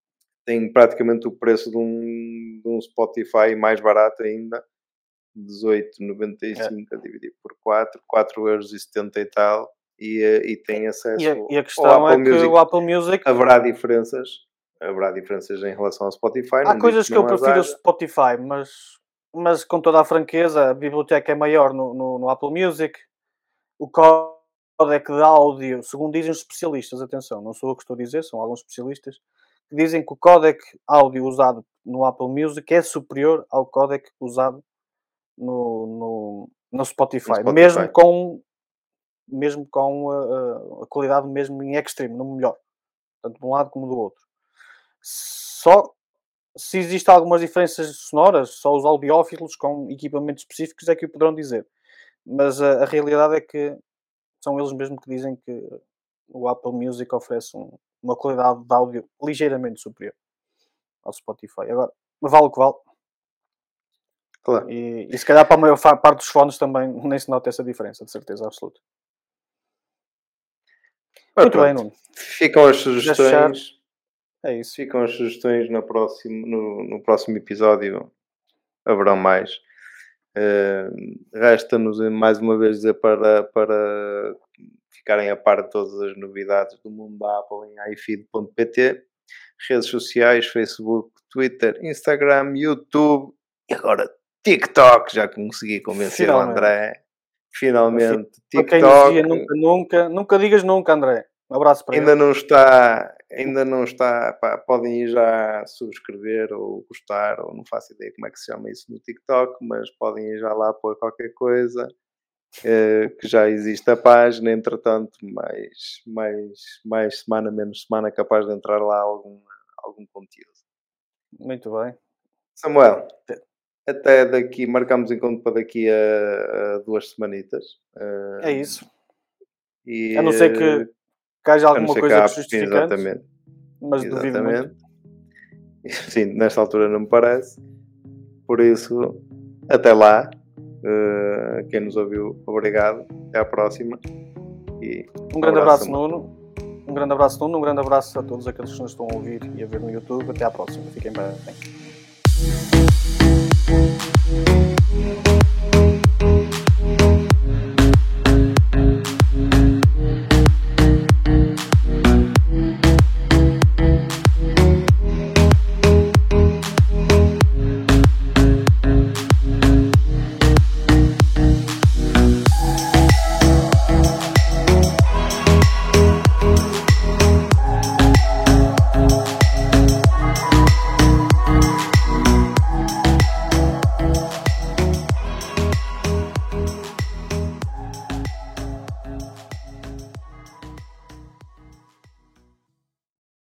tem praticamente o preço de um, de um Spotify mais barato ainda, dezoito vírgula noventa e cinco é. a dividir por quatro, quatro euros e setenta e tal, e, e tem acesso e a, e a questão ao Apple é que Music. o Apple Music... Haverá diferenças, haverá diferenças em relação ao Spotify. Há coisas que, que eu prefiro o haja. Spotify, mas, mas com toda a franqueza, a biblioteca é maior no, no, no Apple Music, o códec de áudio, segundo dizem os especialistas, atenção, não sou eu que estou a dizer, são alguns especialistas, que dizem que o códec áudio usado no Apple Music é superior ao códec usado no, no, no, Spotify, no Spotify, mesmo com, mesmo com a, a qualidade mesmo em extreme, no melhor, tanto de um lado como do outro. Só se existem algumas diferenças sonoras, só os audiófilos com equipamentos específicos é que o poderão dizer. Mas a, a realidade é que são eles mesmos que dizem que o Apple Music oferece um, uma qualidade de áudio ligeiramente superior ao Spotify. Agora, vale o que vale. Claro. E, e se calhar para a maior parte dos fones também nem se nota essa diferença, de certeza absoluta. Ah, Muito pronto. bem, Nuno. Ficam as sugestões. É isso. Ficam as sugestões no próximo, no, no próximo episódio. Haverão mais. Uh, Resta-nos mais uma vez dizer para, para ficarem a par de todas as novidades do mundo da Apple em ifeed ponto pt, redes sociais, Facebook, Twitter, Instagram, YouTube e agora TikTok. Já consegui convencer Finalmente. o André. Finalmente, TikTok. Quem dizia nunca, nunca, nunca digas nunca, André. Um abraço para ainda ele. Não está, ainda não está, pá, podem ir já subscrever ou gostar, ou não faço ideia como é que se chama isso no TikTok, mas podem ir já lá pôr qualquer coisa, eh, que já existe a página, entretanto, mais, mais, mais semana, menos semana, capaz de entrar lá algum, algum conteúdo. Muito bem. Samuel, até daqui, marcamos encontro para daqui a, a duas semanitas. Uh, é isso. E, a não ser que, que haja alguma coisa que, que justifique. Exatamente. Mas duvido muito. Sim, nesta altura não me parece. Por isso, até lá. Uh, quem nos ouviu, obrigado. Até à próxima. E um grande abraço, abraço Nuno. Um grande abraço, Nuno. Um grande abraço a todos aqueles que nos estão a ouvir e a ver no YouTube. Até à próxima. Fiquem bem.